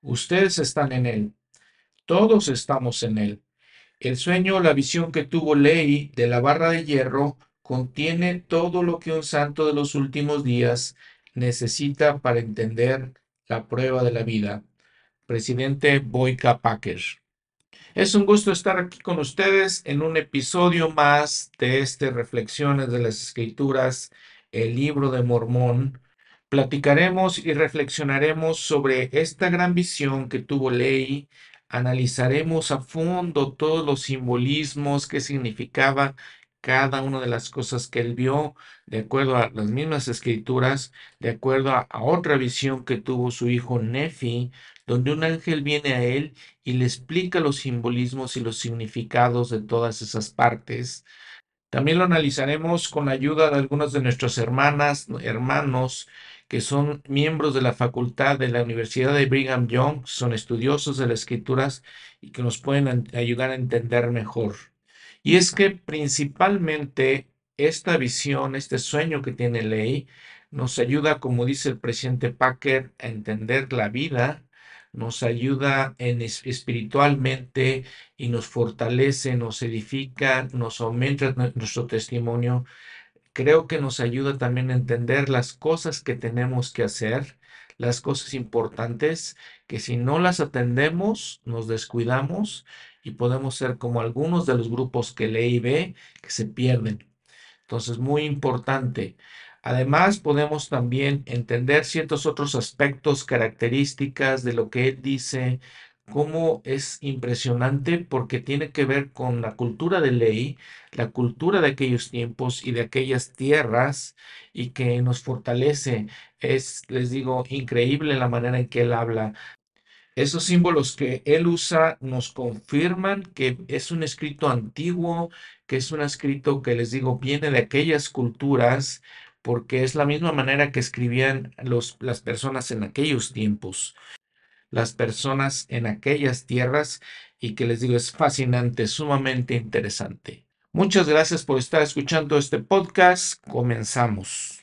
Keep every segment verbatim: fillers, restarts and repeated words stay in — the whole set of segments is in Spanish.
Ustedes están en él. Todos estamos en él. El sueño o la visión que tuvo Ley de la barra de hierro contiene todo lo que un santo de los últimos días necesita para entender la prueba de la vida. Presidente Boyka Packer. Es un gusto estar aquí con ustedes en un episodio más de este Reflexiones de las Escrituras, el libro de Mormón. Platicaremos y reflexionaremos sobre esta gran visión que tuvo Ley. Analizaremos a fondo todos los simbolismos que significaba cada una de las cosas que él vio, de acuerdo a las mismas escrituras, de acuerdo a, a otra visión que tuvo su hijo Nefi, donde un ángel viene a él y le explica los simbolismos y los significados de todas esas partes. También lo analizaremos con la ayuda de algunas de nuestras hermanas, hermanos, que son miembros de la facultad de la Universidad de Brigham Young, son estudiosos de las escrituras y que nos pueden ayudar a entender mejor. Y es que principalmente esta visión, este sueño que tiene Ley, nos ayuda, como dice el presidente Packer, a entender la vida, nos ayuda en espiritualmente y nos fortalece, nos edifica, nos aumenta nuestro testimonio. Creo que nos ayuda también a entender las cosas que tenemos que hacer, las cosas importantes, que si no las atendemos, nos descuidamos y podemos ser como algunos de los grupos que lee y ve que se pierden. Entonces, muy importante. Además, podemos también entender ciertos otros aspectos, características de lo que él dice, cómo es impresionante porque tiene que ver con la cultura de ley, la cultura de aquellos tiempos y de aquellas tierras y que nos fortalece. Es, les digo, increíble la manera en que él habla. Esos símbolos que él usa nos confirman que es un escrito antiguo, que es un escrito que les digo viene de aquellas culturas, porque es la misma manera que escribían los, las personas en aquellos tiempos, las personas en aquellas tierras, y que les digo es fascinante, sumamente interesante. Muchas gracias por estar escuchando este podcast. Comenzamos.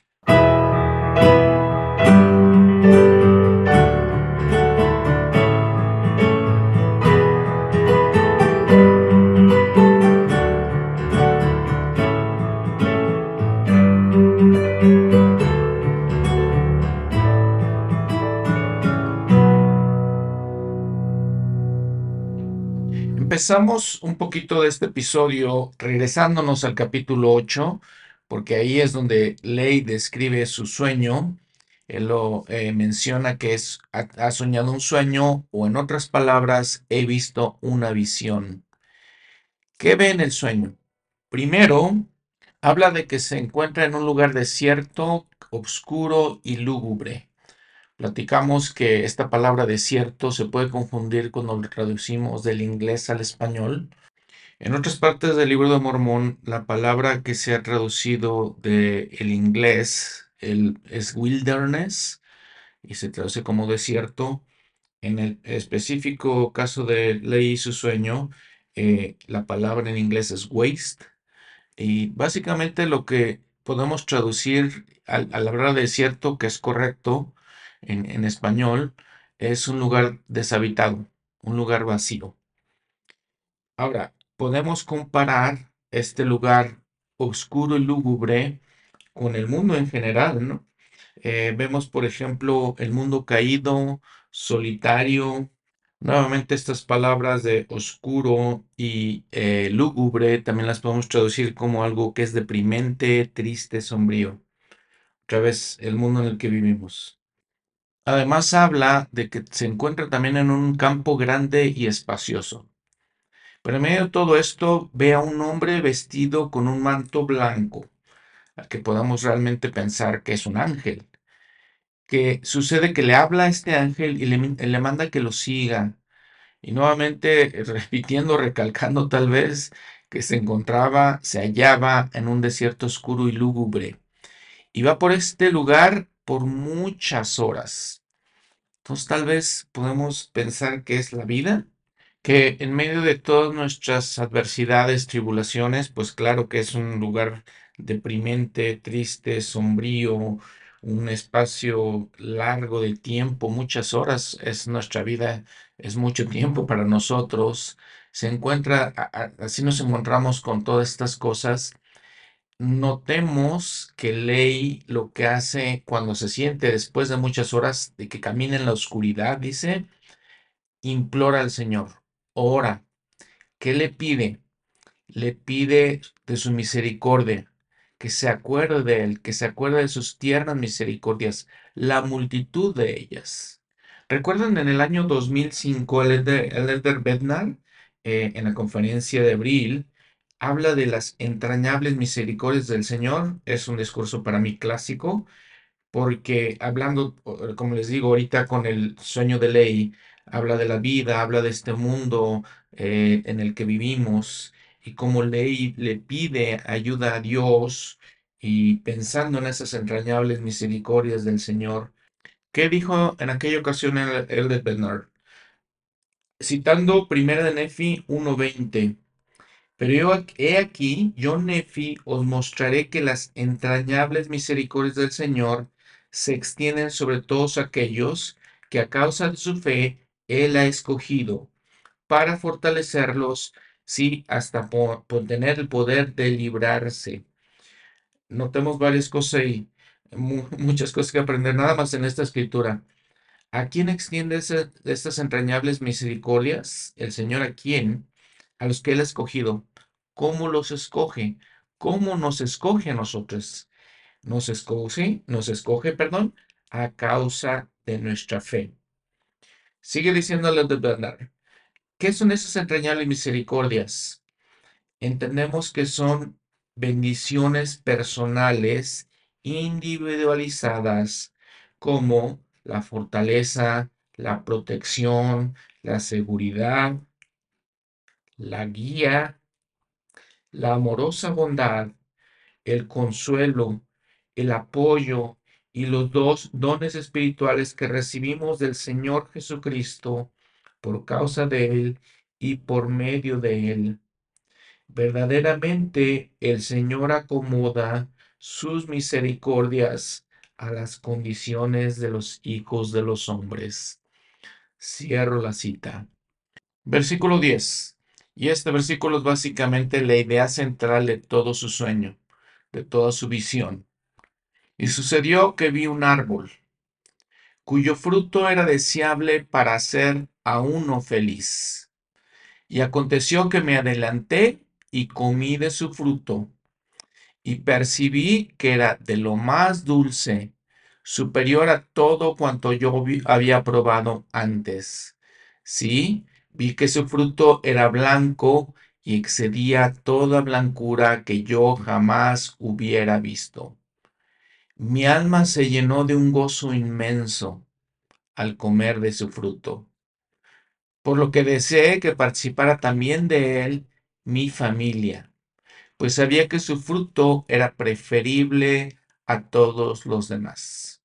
Empezamos un poquito de este episodio regresándonos al capítulo ocho, porque ahí es donde Ley describe su sueño. Él lo eh, menciona que es, ha, ha soñado un sueño, o en otras palabras, he visto una visión. ¿Qué ve en el sueño? Primero, habla de que se encuentra en un lugar desierto, oscuro y lúgubre. Platicamos que esta palabra desierto se puede confundir cuando lo traducimos del inglés al español. En otras partes del libro de Mormón, la palabra que se ha traducido del inglés el, es wilderness y se traduce como desierto. En el específico caso de Ley y su sueño, eh, la palabra en inglés es waste. Y básicamente lo que podemos traducir al, al hablar de desierto, que es correcto en, en español, es un lugar deshabitado, un lugar vacío. Ahora, podemos comparar este lugar oscuro y lúgubre con el mundo en general, ¿no? Eh, vemos, por ejemplo, el mundo caído, solitario. Nuevamente estas palabras de oscuro y eh, lúgubre también las podemos traducir como algo que es deprimente, triste, sombrío. Otra vez, el mundo en el que vivimos. Además habla de que se encuentra también en un campo grande y espacioso. Pero en medio de todo esto, ve a un hombre vestido con un manto blanco, al que podamos realmente pensar que es un ángel. Que sucede que le habla a este ángel y le, le manda que lo siga. Y nuevamente eh, repitiendo, recalcando tal vez que se encontraba, se hallaba en un desierto oscuro y lúgubre. Y va por este lugar por muchas horas. Entonces tal vez podemos pensar que es la vida, que en medio de todas nuestras adversidades, tribulaciones, pues claro que es un lugar deprimente, triste, sombrío, un espacio largo de tiempo, muchas horas, es nuestra vida, es mucho tiempo para nosotros. Se encuentra, a- a- así nos encontramos con todas estas cosas. Notemos que Ley lo que hace cuando se siente después de muchas horas de que camina en la oscuridad, dice, implora al Señor, ora. ¿Qué le pide? Le pide de su misericordia, que se acuerde de él, que se acuerde de sus tiernas misericordias, la multitud de ellas. ¿Recuerdan en el año dos mil cinco el elder, el elder Bednar, eh, en la conferencia de abril, habla de las entrañables misericordias del Señor? Es un discurso para mí clásico porque hablando, o- como les digo, ahorita con el sueño de Ley, habla de la vida, habla de este mundo eh, en el que vivimos y cómo Ley le pide ayuda a Dios y pensando en esas entrañables misericordias del Señor. ¿Qué dijo en aquella ocasión el, el de Bernard? Citando primero de Nefi uno veinte. Pero yo ac- he aquí, yo Nefi os mostraré que las entrañables misericordias del Señor se extienden sobre todos aquellos que a causa de su fe Él ha escogido para fortalecerlos, sí, hasta por, por tener el poder de librarse. Notemos varias cosas ahí, mu- muchas cosas que aprender nada más en esta escritura. ¿A quién extiende ese- estas entrañables misericordias? El Señor, ¿a quién? A los que Él ha escogido. ¿Cómo los escoge? ¿Cómo nos escoge a nosotros? Nos escoge, nos escoge, perdón, a causa de nuestra fe. Sigue diciéndole de Bernard. ¿Qué son esas entrañables misericordias? Entendemos que son bendiciones personales individualizadas como la fortaleza, la protección, la seguridad, la guía, la amorosa bondad, el consuelo, el apoyo y los dos dones espirituales que recibimos del Señor Jesucristo por causa de Él y por medio de Él. Verdaderamente el Señor acomoda sus misericordias a las condiciones de los hijos de los hombres. Cierro la cita. Versículo diez. Y este versículo es básicamente la idea central de todo su sueño, de toda su visión. Y sucedió que vi un árbol, cuyo fruto era deseable para hacer a uno feliz. Y aconteció que me adelanté y comí de su fruto y percibí que era de lo más dulce, superior a todo cuanto yo vi- había probado antes. Sí, vi que su fruto era blanco y excedía toda blancura que yo jamás hubiera visto. Mi alma se llenó de un gozo inmenso al comer de su fruto, por lo que deseé que participara también de él mi familia, pues sabía que su fruto era preferible a todos los demás.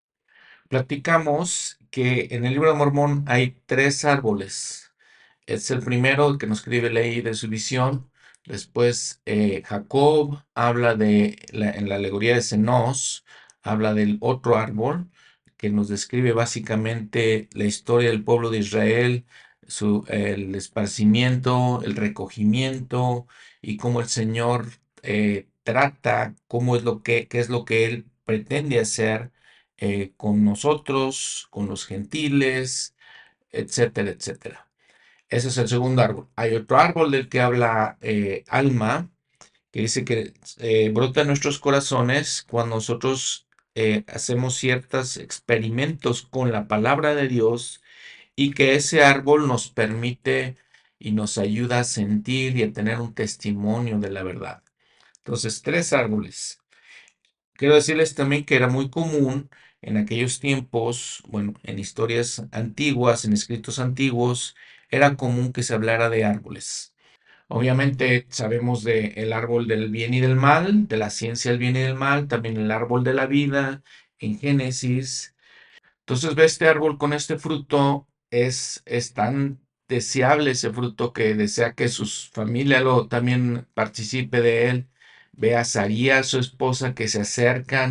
Platicamos que en el libro de Mormón hay tres árboles. Es el primero que nos escribe Leí de su visión. Después eh, Jacob habla de, la- en la alegoría de Cenos, habla del otro árbol que nos describe básicamente la historia del pueblo de Israel, su, el esparcimiento, el recogimiento y cómo el Señor eh, trata, cómo es lo que, qué es lo que Él pretende hacer eh, con nosotros, con los gentiles, etcétera, etcétera. Ese es el segundo árbol. Hay otro árbol del que habla eh, Alma, que dice que eh, brota en nuestros corazones cuando nosotros eh, hacemos ciertos experimentos con la palabra de Dios y que ese árbol nos permite y nos ayuda a sentir y a tener un testimonio de la verdad. Entonces, tres árboles. Quiero decirles también que era muy común en aquellos tiempos, bueno, en historias antiguas, en escritos antiguos, era común que se hablara de árboles. Obviamente sabemos del árbol del bien y del mal, de la ciencia del bien y del mal, también el árbol de la vida en Génesis. Entonces ve este árbol con este fruto, es, es tan deseable ese fruto que desea que su familia lo, también participe de él. Ve a Saría, su esposa, que se acercan,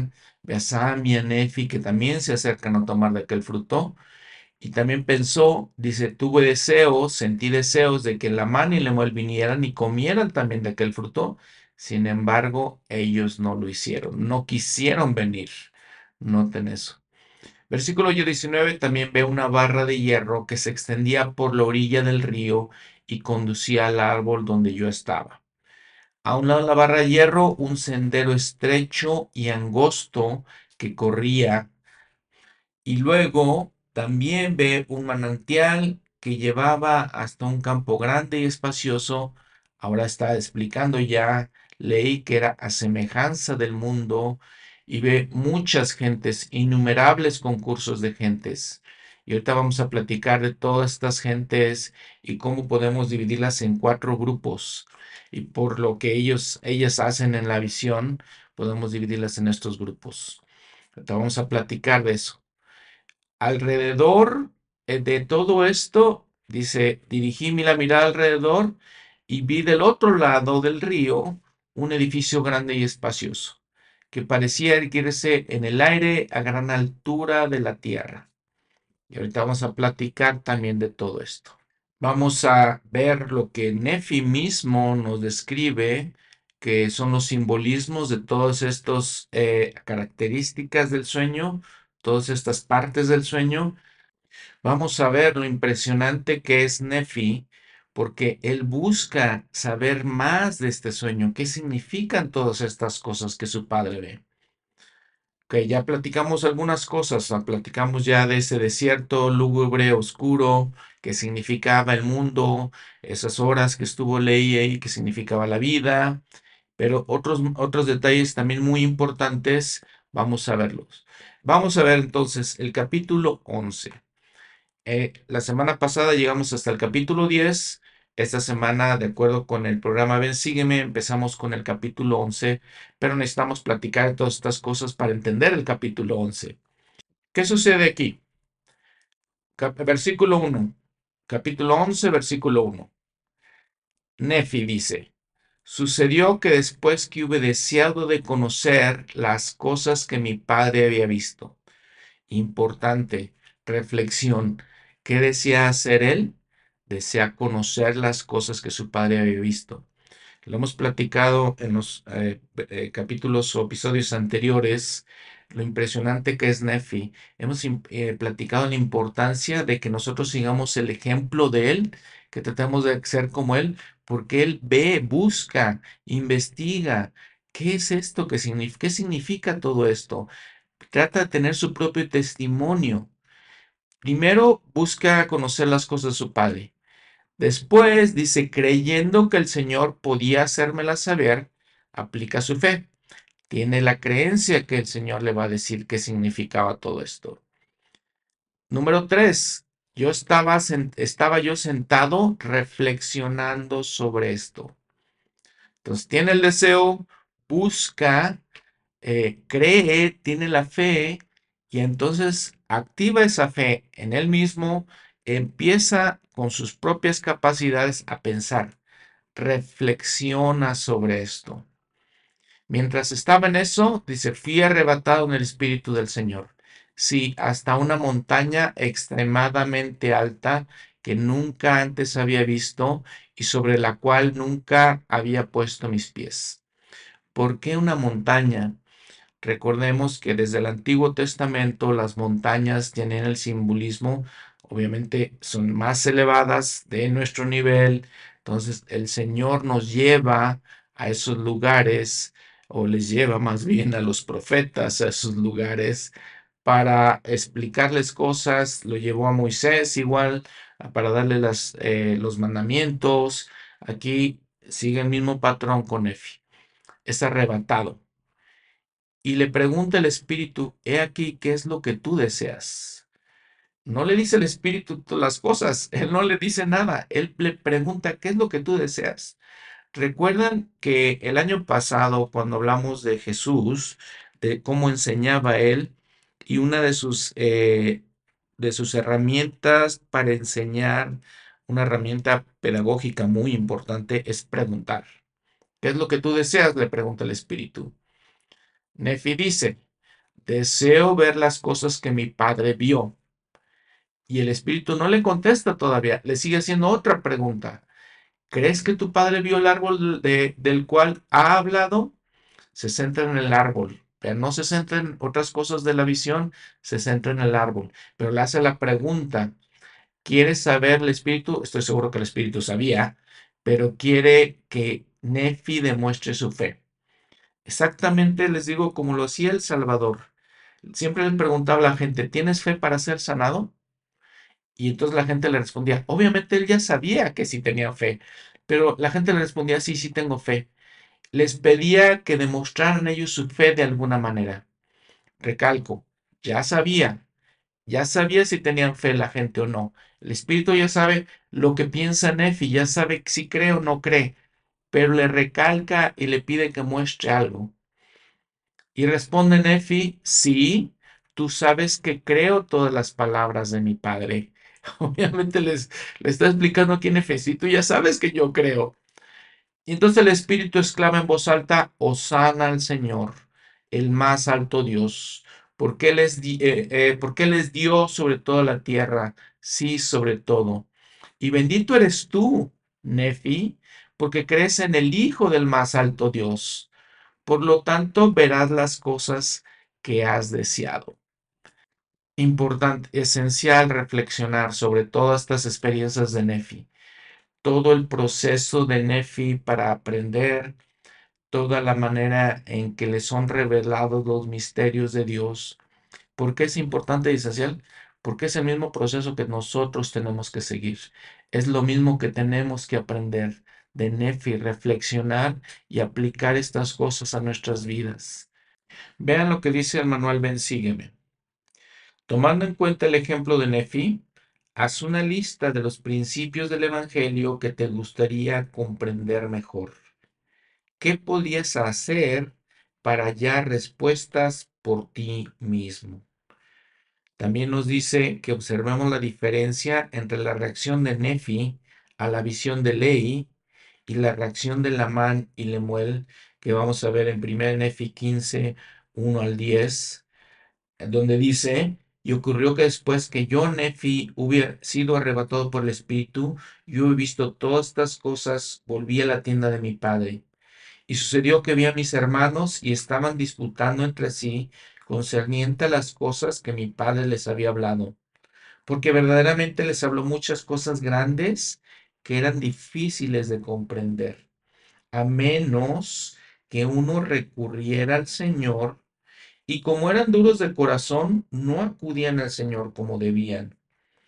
ve a Sam y a Nefi que también se acercan a tomar de aquel fruto. Y también pensó, dice, tuve deseos, sentí deseos de que Lamán y Lemuel vinieran y comieran también de aquel fruto. Sin embargo, ellos no lo hicieron, no quisieron venir. Noten eso. Versículo diecinueve también ve una barra de hierro que se extendía por la orilla del río y conducía al árbol donde yo estaba. A un lado de la barra de hierro, un sendero estrecho y angosto que corría, y luego también ve un manantial que llevaba hasta un campo grande y espacioso. Ahora está explicando ya, leí que era a semejanza del mundo, y ve muchas gentes, innumerables concursos de gentes. Y ahorita vamos a platicar de todas estas gentes y cómo podemos dividirlas en cuatro grupos. Y por lo que ellos, ellas hacen en la visión, podemos dividirlas en estos grupos. Ahorita vamos a platicar de eso. Alrededor eh, de todo esto, dice, dirigí mi la mirada alrededor y vi del otro lado del río un edificio grande y espacioso, que parecía erguirse en el aire a gran altura de la tierra. Y ahorita vamos a platicar también de todo esto. Vamos a ver lo que Nefi mismo nos describe, que son los simbolismos de todas estas eh, características del sueño, todas estas partes del sueño. Vamos a ver lo impresionante que es Nefi, porque él busca saber más de este sueño, qué significan todas estas cosas que su padre ve. Que ya platicamos algunas cosas, ah, platicamos ya de ese desierto lúgubre, oscuro, que significaba el mundo, esas horas que estuvo Ley ahí, que significaba la vida, pero otros, otros detalles también muy importantes, vamos a verlos. Vamos a ver entonces el capítulo once. Eh, la semana pasada llegamos hasta el capítulo diez. Esta semana, de acuerdo con el programa Ven, Sígueme, empezamos con el capítulo once, pero necesitamos platicar de todas estas cosas para entender el capítulo once. ¿Qué sucede aquí? Cap- versículo uno. Capítulo once, versículo uno. Nefi dice, sucedió que después que hube deseado de conocer las cosas que mi padre había visto. Importante reflexión. ¿Qué desea hacer él? Desea conocer las cosas que su padre había visto. Lo hemos platicado en los eh, eh, capítulos o episodios anteriores, lo impresionante que es Nefi. Hemos eh, platicado la importancia de que nosotros sigamos el ejemplo de él, que tratemos de ser como él, porque él ve, busca, investiga. ¿Qué es esto? ¿Qué significa, qué significa todo esto? Trata de tener su propio testimonio. Primero busca conocer las cosas de su padre. Después dice, creyendo que el Señor podía hacérmela saber, aplica su fe. Tiene la creencia que el Señor le va a decir qué significaba todo esto. Número tres, yo estaba, estaba yo sentado reflexionando sobre esto. Entonces tiene el deseo, busca, eh, cree, tiene la fe y entonces activa esa fe en él mismo, empieza con sus propias capacidades a pensar, reflexiona sobre esto. Mientras estaba en eso, dice, fui arrebatado en el Espíritu del Señor. Sí, hasta una montaña extremadamente alta que nunca antes había visto y sobre la cual nunca había puesto mis pies. ¿Por qué una montaña? Recordemos que desde el Antiguo Testamento las montañas tienen el simbolismo, obviamente son más elevadas de nuestro nivel, entonces el Señor nos lleva a esos lugares, o les lleva más bien a los profetas a esos lugares para explicarles cosas, lo llevó a Moisés igual ah, para darle las, eh, los mandamientos. Aquí sigue el mismo patrón con Efi, es arrebatado y le pregunta el espíritu, he aquí, ¿qué es lo que tú deseas? No le dice el espíritu todas las cosas, él no le dice nada, él le pregunta, ¿qué es lo que tú deseas? ¿Recuerdan que el año pasado, cuando hablamos de Jesús, de cómo enseñaba él, y una de sus, eh, de sus herramientas para enseñar, una herramienta pedagógica muy importante, es preguntar? ¿Qué es lo que tú deseas? Le pregunta el espíritu. Nefi dice, Deseo ver las cosas que mi padre vio. Y el espíritu no le contesta todavía, le sigue haciendo otra pregunta. ¿Crees que tu padre vio el árbol de- del cual ha hablado? Se centra en el árbol, pero no se centra en otras cosas de la visión, se centra en el árbol. Pero le hace la pregunta, ¿quieres saber el espíritu? Estoy seguro que el espíritu sabía, pero quiere que Nefi demuestre su fe. Exactamente, les digo, como lo hacía el Salvador. Siempre le preguntaba a la gente, ¿tienes fe para ser sanado? Y entonces la gente le respondía, obviamente él ya sabía que sí tenía fe, pero la gente le respondía, sí, sí tengo fe. Les pedía que demostraran ellos su fe de alguna manera. Recalco, ya sabía, ya sabía si tenían fe la gente o no. El espíritu ya sabe lo que piensa Nefi, ya sabe si cree o no cree, pero le recalca y le pide que muestre algo. Y responde Nefi, sí, tú sabes que creo todas las palabras de mi padre. Obviamente les, le está explicando quién es Nefi, tú ya sabes que yo creo. Y entonces el Espíritu exclama en voz alta, Hosana al Señor, el más alto Dios, porque Él es, di- eh, eh, porque Él es Dios sobre toda la tierra, sí, sobre todo. Y bendito eres tú, Nefi, porque crees en el Hijo del más alto Dios. Por lo tanto, verás las cosas que has deseado. Importante, esencial reflexionar sobre todas estas experiencias de Nefi, todo el proceso de Nefi para aprender, toda la manera en que le son revelados los misterios de Dios. ¿Por qué es importante y esencial? Porque es el mismo proceso que nosotros tenemos que seguir. Es lo mismo que tenemos que aprender de Nefi, reflexionar y aplicar estas cosas a nuestras vidas. Vean lo que dice el manual Ven, sígueme. Tomando en cuenta el ejemplo de Nefi, haz una lista de los principios del Evangelio que te gustaría comprender mejor. ¿Qué podías hacer para hallar respuestas por ti mismo? También nos dice que observemos la diferencia entre la reacción de Nefi a la visión de Ley y la reacción de Lamán y Lemuel, que vamos a ver en primera Nefi quince, uno al diez, donde dice, y ocurrió que después que yo, Nefi, hubiera sido arrebatado por el Espíritu, yo he visto todas estas cosas, volví a la tienda de mi padre. Y sucedió que vi a mis hermanos y estaban disputando entre sí concerniente a las cosas que mi padre les había hablado, porque verdaderamente les habló muchas cosas grandes que eran difíciles de comprender, a menos que uno recurriera al Señor, y como eran duros de corazón, no acudían al Señor como debían.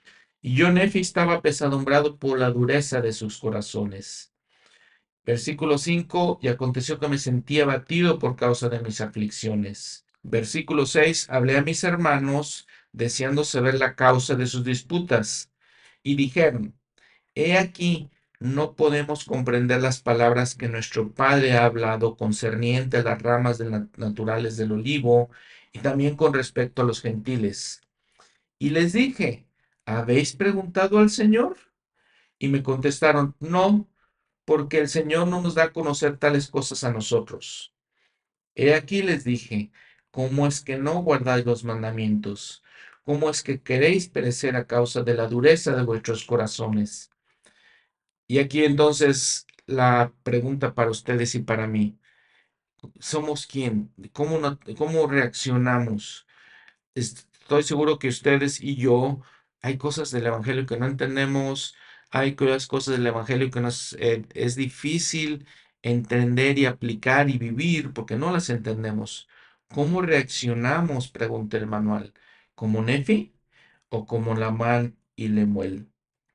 Y yo, Nefi, estaba apesadumbrado por la dureza de sus corazones. Versículo cinco, y aconteció que me sentía abatido por causa de mis aflicciones. Versículo seis, hablé a mis hermanos, deseando saber la causa de sus disputas, y dijeron, he aquí, no podemos comprender las palabras que nuestro Padre ha hablado concerniente a las ramas de la- naturales del olivo, y también con respecto a los gentiles. Y les dije, ¿habéis preguntado al Señor? Y me contestaron, no, porque el Señor no nos da a conocer tales cosas a nosotros. He aquí les dije, ¿cómo es que no guardáis los mandamientos? ¿Cómo es que queréis perecer a causa de la dureza de vuestros corazones? Y aquí entonces la pregunta para ustedes y para mí, ¿somos quién? ¿Cómo, no- cómo reaccionamos? Estoy seguro que ustedes y yo, hay cosas del Evangelio que no entendemos, hay cosas cosas del Evangelio que nos eh, es difícil entender y aplicar y vivir porque no las entendemos. ¿Cómo reaccionamos? Pregunta el manual. ¿Como Nefi o como Lamán y Lemuel?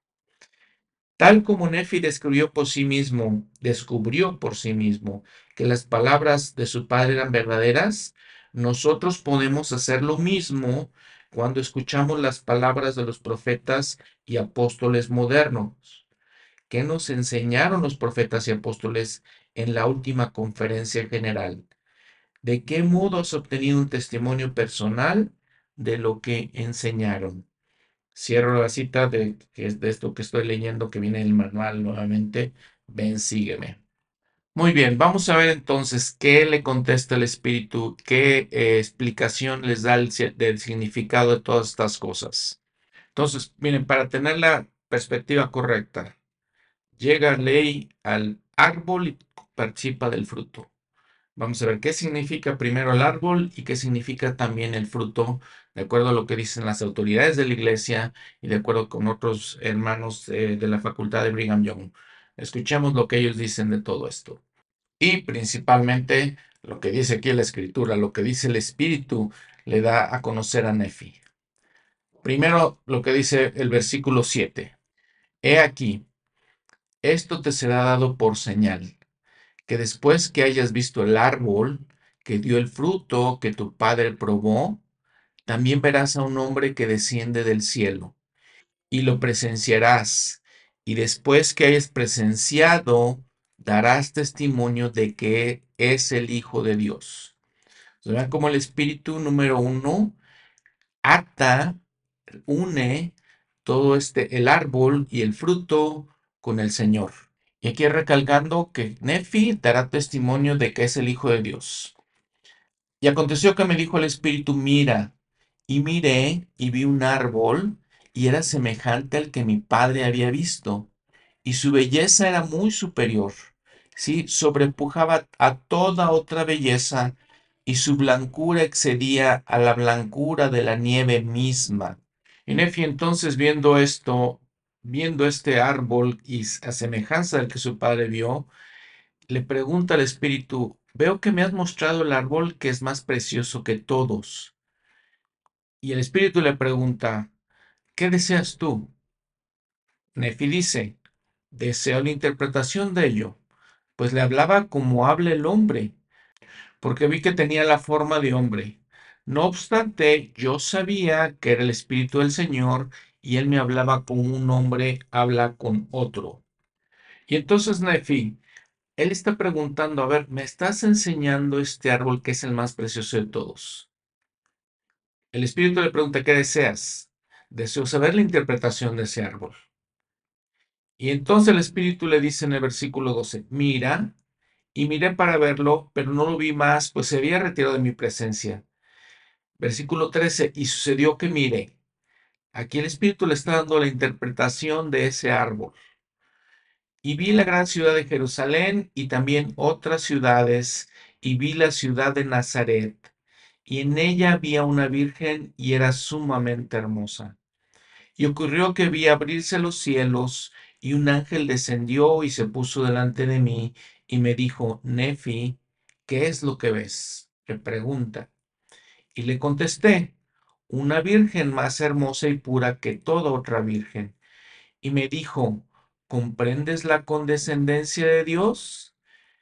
Tal como Nefi descubrió por sí mismo, descubrió por sí mismo que las palabras de su padre eran verdaderas, nosotros podemos hacer lo mismo cuando escuchamos las palabras de los profetas y apóstoles modernos. ¿Qué nos enseñaron los profetas y apóstoles en la última conferencia general? ¿De qué modo has obtenido un testimonio personal de lo que enseñaron? Cierro la cita de, que es de esto que estoy leyendo, que viene en el manual nuevamente. Ven, sígueme. Muy bien, vamos a ver entonces qué le contesta el Espíritu, qué eh, explicación les da el si- del significado de todas estas cosas. Entonces, miren, para tener la perspectiva correcta, llega ley al árbol y participa del fruto. Vamos a ver qué significa primero el árbol y qué significa también el fruto, de acuerdo a lo que dicen las autoridades de la iglesia y de acuerdo con otros hermanos eh, de la facultad de Brigham Young. Escuchemos lo que ellos dicen de todo esto. Y principalmente lo que dice aquí la escritura, lo que dice el Espíritu, le da a conocer a Nefi. Primero, lo que dice el versículo siete. He aquí, esto te será dado por señal, que después que hayas visto el árbol que dio el fruto que tu padre probó, también verás a un hombre que desciende del cielo, y lo presenciarás, y después que hayas presenciado, darás testimonio de que es el Hijo de Dios. Vean cómo el espíritu número uno ata, une todo este, el árbol y el fruto con el Señor. Y aquí recalcando que Nefi dará testimonio de que es el Hijo de Dios. Y aconteció que me dijo el Espíritu, mira, y miré y vi un árbol, y era semejante al que mi padre había visto, y su belleza era muy superior, ¿sí? Sobrepujaba a toda otra belleza, y su blancura excedía a la blancura de la nieve misma. Y Nefi entonces viendo esto, viendo este árbol y a semejanza del que su padre vio, le pregunta al espíritu, veo que me has mostrado el árbol que es más precioso que todos. Y el espíritu le pregunta, ¿qué deseas tú? Nefi dice, deseo la interpretación de ello, pues le hablaba como habla el hombre, porque vi que tenía la forma de hombre. No obstante, yo sabía que era el espíritu del Señor y él me hablaba como un hombre habla con otro. Y entonces Nefi, él está preguntando, a ver, me estás enseñando este árbol que es el más precioso de todos. El espíritu le pregunta, ¿qué deseas? Deseo saber la interpretación de ese árbol. Y entonces el espíritu le dice en el versículo doce, mira, y miré para verlo, pero no lo vi más, pues se había retirado de mi presencia. Versículo trece, y sucedió que miré. Aquí el espíritu le está dando la interpretación de ese árbol. Y vi la gran ciudad de Jerusalén y también otras ciudades, y vi la ciudad de Nazaret, y en ella había una virgen y era sumamente hermosa. Y ocurrió que vi abrirse los cielos, y un ángel descendió y se puso delante de mí, y me dijo, Nefi, ¿qué es lo que ves? Le pregunta. Y le contesté, una virgen más hermosa y pura que toda otra virgen. Y me dijo, ¿comprendes la condescendencia de Dios?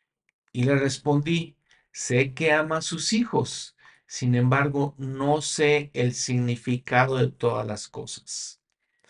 Y le respondí, sé que ama a sus hijos, sin embargo, no sé el significado de todas las cosas.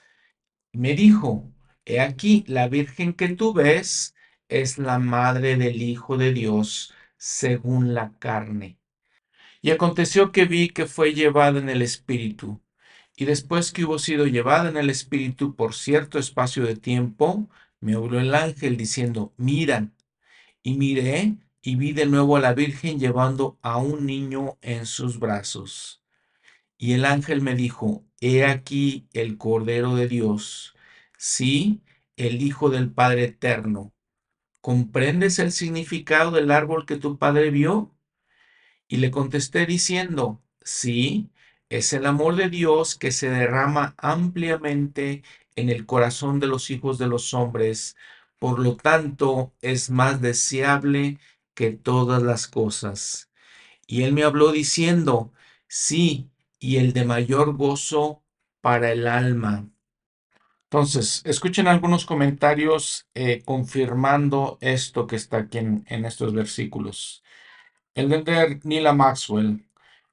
Me dijo, he aquí, la virgen que tú ves es la madre del Hijo de Dios, según la carne. Y aconteció que vi que fue llevada en el espíritu. Y después que hubo sido llevada en el espíritu por cierto espacio de tiempo, me habló el ángel diciendo, mira, y miré y vi de nuevo a la Virgen llevando a un niño en sus brazos. Y el ángel me dijo, he aquí el Cordero de Dios, sí, el Hijo del Padre Eterno. ¿Comprendes el significado del árbol que tu padre vio? Y le contesté diciendo, sí, es el amor de Dios que se derrama ampliamente en el corazón de los hijos de los hombres, por lo tanto es más deseable que todas las cosas. Y él me habló diciendo, sí, y el de mayor gozo para el alma. Entonces, escuchen algunos comentarios eh, confirmando esto que está aquí en, en estos versículos. El de Nila Maxwell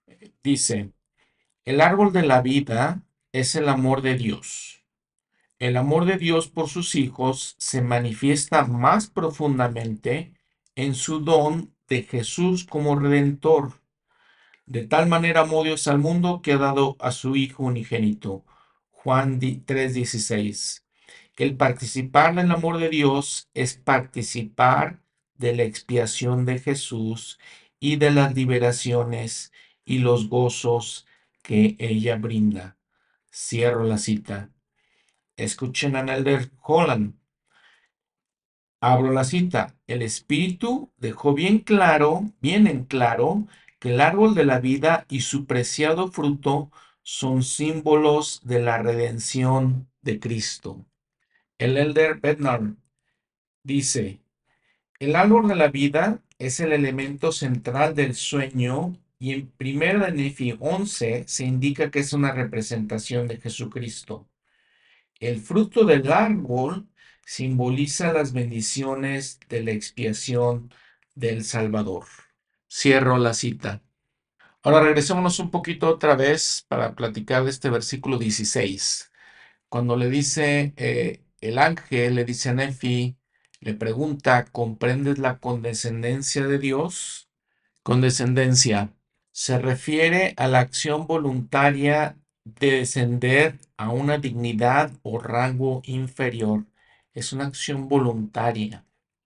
dice, el árbol de la vida es el amor de Dios. El amor de Dios por sus hijos se manifiesta más profundamente en su don de Jesús como redentor. De tal manera amó Dios al mundo que ha dado a su Hijo unigénito. Juan tres dieciséis. El participar en el amor de Dios es participar de la expiación de Jesús y de las liberaciones y los gozos que ella brinda. Cierro la cita. Escuchen a Nelder Holland. Abro la cita. El Espíritu dejó bien claro, bien en claro, que el árbol de la vida y su preciado fruto son símbolos de la redención de Cristo. El elder Bednar dice, el árbol de la vida es el elemento central del sueño y en primera de Nefi once se indica que es una representación de Jesucristo. El fruto del árbol simboliza las bendiciones de la expiación del Salvador. Cierro la cita. Ahora regresémonos un poquito otra vez para platicar de este versículo dieciséis. Cuando le dice eh, el ángel, le dice a Nefi, le pregunta, ¿comprendes la condescendencia de Dios? Condescendencia se refiere a la acción voluntaria de descender a una dignidad o rango inferior. Es una acción voluntaria.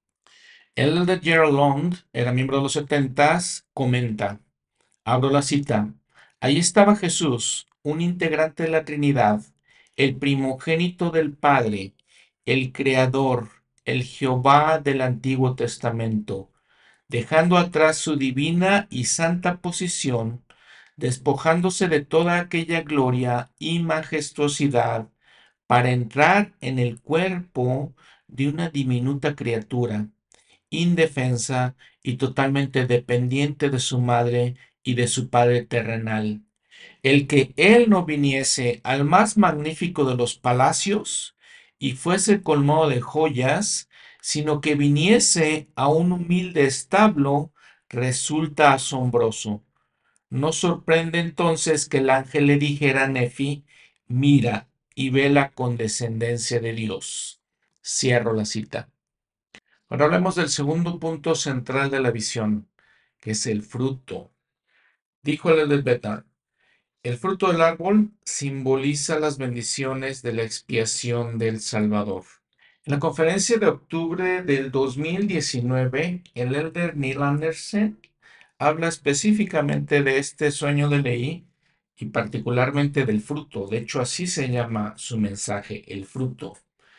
El elder Gerald Long, era miembro de los setentas, comenta, abro la cita, ahí estaba Jesús, un integrante de la Trinidad, el primogénito del Padre, el Creador, el Jehová del Antiguo Testamento, dejando atrás su divina y santa posición, despojándose de toda aquella gloria y majestuosidad para entrar en el cuerpo de una diminuta criatura, indefensa y totalmente dependiente de su madre y de su padre terrenal. El que él no viniese al más magnífico de los palacios y fuese colmado de joyas, sino que viniese a un humilde establo, resulta asombroso. No sorprende entonces que el ángel le dijera a Nefi, mira y ve la condescendencia de Dios. Cierro la cita. Ahora hablemos del segundo punto central de la visión, que es el fruto. Dijo el del Betar, el fruto del árbol simboliza las bendiciones de la expiación del Salvador. En la conferencia de octubre del dos mil diecinueve, el elder Neil Anderson habla específicamente de este sueño de Leí y particularmente del fruto. De hecho, así se llama su mensaje, el fruto.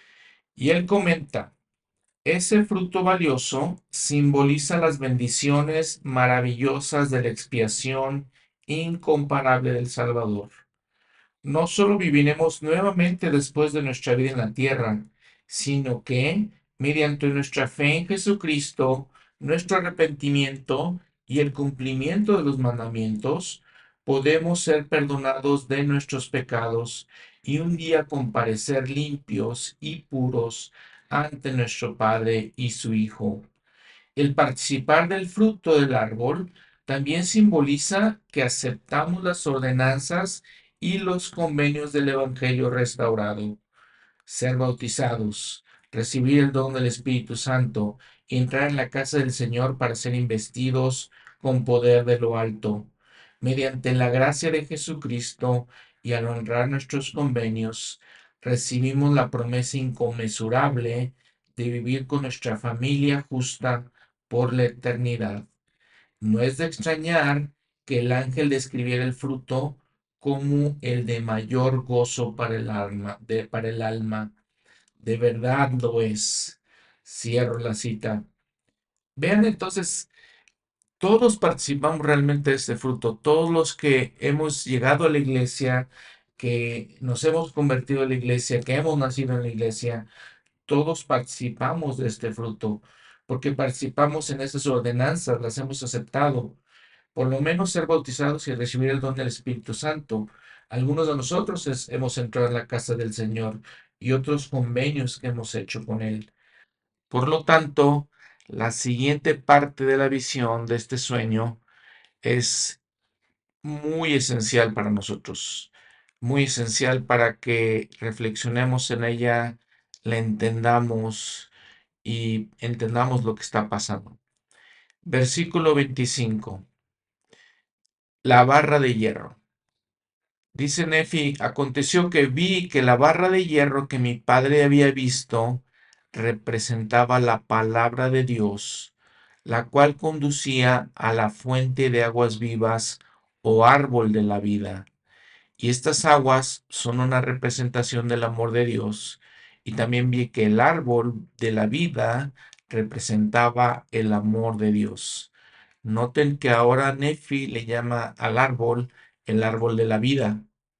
Y él comenta, ese fruto valioso simboliza las bendiciones maravillosas de la expiación incomparable del Salvador. No solo viviremos nuevamente después de nuestra vida en la tierra, sino que, mediante nuestra fe en Jesucristo, nuestro arrepentimiento y el cumplimiento de los mandamientos, podemos ser perdonados de nuestros pecados y un día comparecer limpios y puros ante nuestro Padre y su Hijo. El participar del fruto del árbol también simboliza que aceptamos las ordenanzas y los convenios del Evangelio restaurado. Ser bautizados, recibir el don del Espíritu Santo y entrar en la casa del Señor para ser investidos con poder de lo alto. Mediante la gracia de Jesucristo y al honrar nuestros convenios, recibimos la promesa inconmensurable de vivir con nuestra familia justa por la eternidad. No es de extrañar que el ángel describiera el fruto como el de mayor gozo para el alma, de, para el alma. De verdad lo es. Cierro la cita. Vean entonces, todos participamos realmente de este fruto. Todos los que hemos llegado a la iglesia, que nos hemos convertido en la iglesia, que hemos nacido en la iglesia, todos participamos de este fruto, porque participamos en estas ordenanzas, las hemos aceptado, por lo menos ser bautizados y recibir el don del Espíritu Santo. Algunos de nosotros es- hemos entrado en la casa del Señor y otros convenios que hemos hecho con Él. Por lo tanto, la siguiente parte de la visión de este sueño es muy esencial para nosotros, muy esencial para que reflexionemos en ella, la entendamos y entendamos lo que está pasando. Versículo veinticinco. La barra de hierro. Dice Nefi, aconteció que vi que la barra de hierro que mi padre había visto representaba la palabra de Dios, la cual conducía a la fuente de aguas vivas o árbol de la vida. Y estas aguas son una representación del amor de Dios. Y también vi que el árbol de la vida representaba el amor de Dios. Noten que ahora Nefi le llama al árbol el árbol de la vida,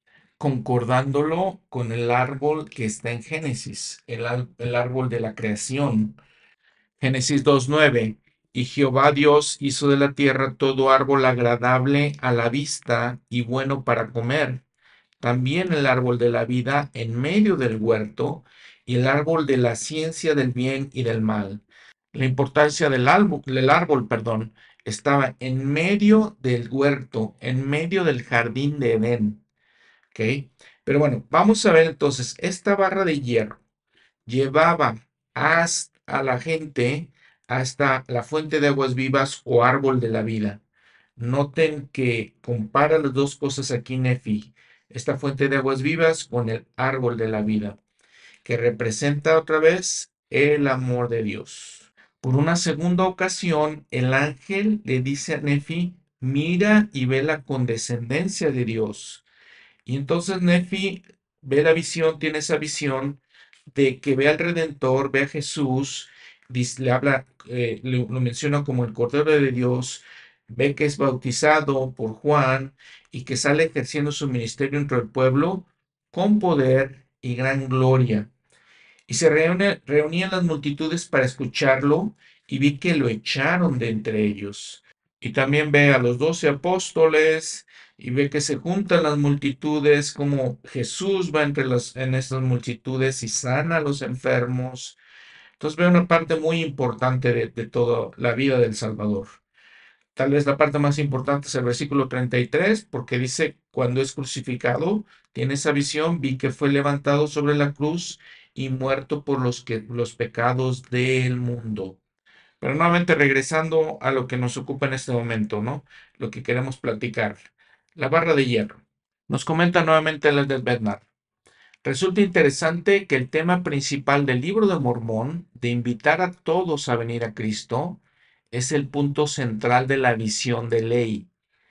concordándolo con el árbol que está en Génesis, el, el árbol de la creación. Génesis dos nueve. Y Jehová Dios hizo de la tierra todo árbol agradable a la vista y bueno para comer, también el árbol de la vida en medio del huerto y el árbol de la ciencia del bien y del mal. La importancia del árbol, del árbol, perdón, estaba en medio del huerto, en medio del jardín de Edén. ¿Ok? Pero bueno, vamos a ver entonces, esta barra de hierro llevaba hasta a la gente hasta la fuente de aguas vivas o árbol de la vida. Noten que compara las dos cosas aquí, Nefi, esta fuente de aguas vivas con el árbol de la vida, que representa otra vez el amor de Dios. Por una segunda ocasión, el ángel le dice a Nefi, mira y ve la condescendencia de Dios. Y entonces Nefi ve la visión, tiene esa visión de que ve al Redentor, ve a Jesús, dice- le habla, eh, lo, lo menciona como el Cordero de Dios, ve que es bautizado por Juan y que sale ejerciendo su ministerio entre el pueblo con poder y gran gloria. Y se reúne- reunían las multitudes para escucharlo y vi que lo echaron de entre ellos. Y también ve a los doce apóstoles y ve que se juntan las multitudes, como Jesús va entre las, en estas multitudes y sana a los enfermos. Entonces ve una parte muy importante de, de toda la vida del Salvador. Tal vez la parte más importante es el versículo treinta y tres, porque dice, cuando es crucificado, tiene esa visión, vi que fue levantado sobre la cruz y muerto por los, que, los pecados del mundo. Pero nuevamente regresando a lo que nos ocupa en este momento, ¿no? Lo que queremos platicar. La barra de hierro. Nos comenta nuevamente el del Bednar. Resulta interesante que el tema principal del libro de Mormón, de invitar a todos a venir a Cristo, es el punto central de la visión de ley.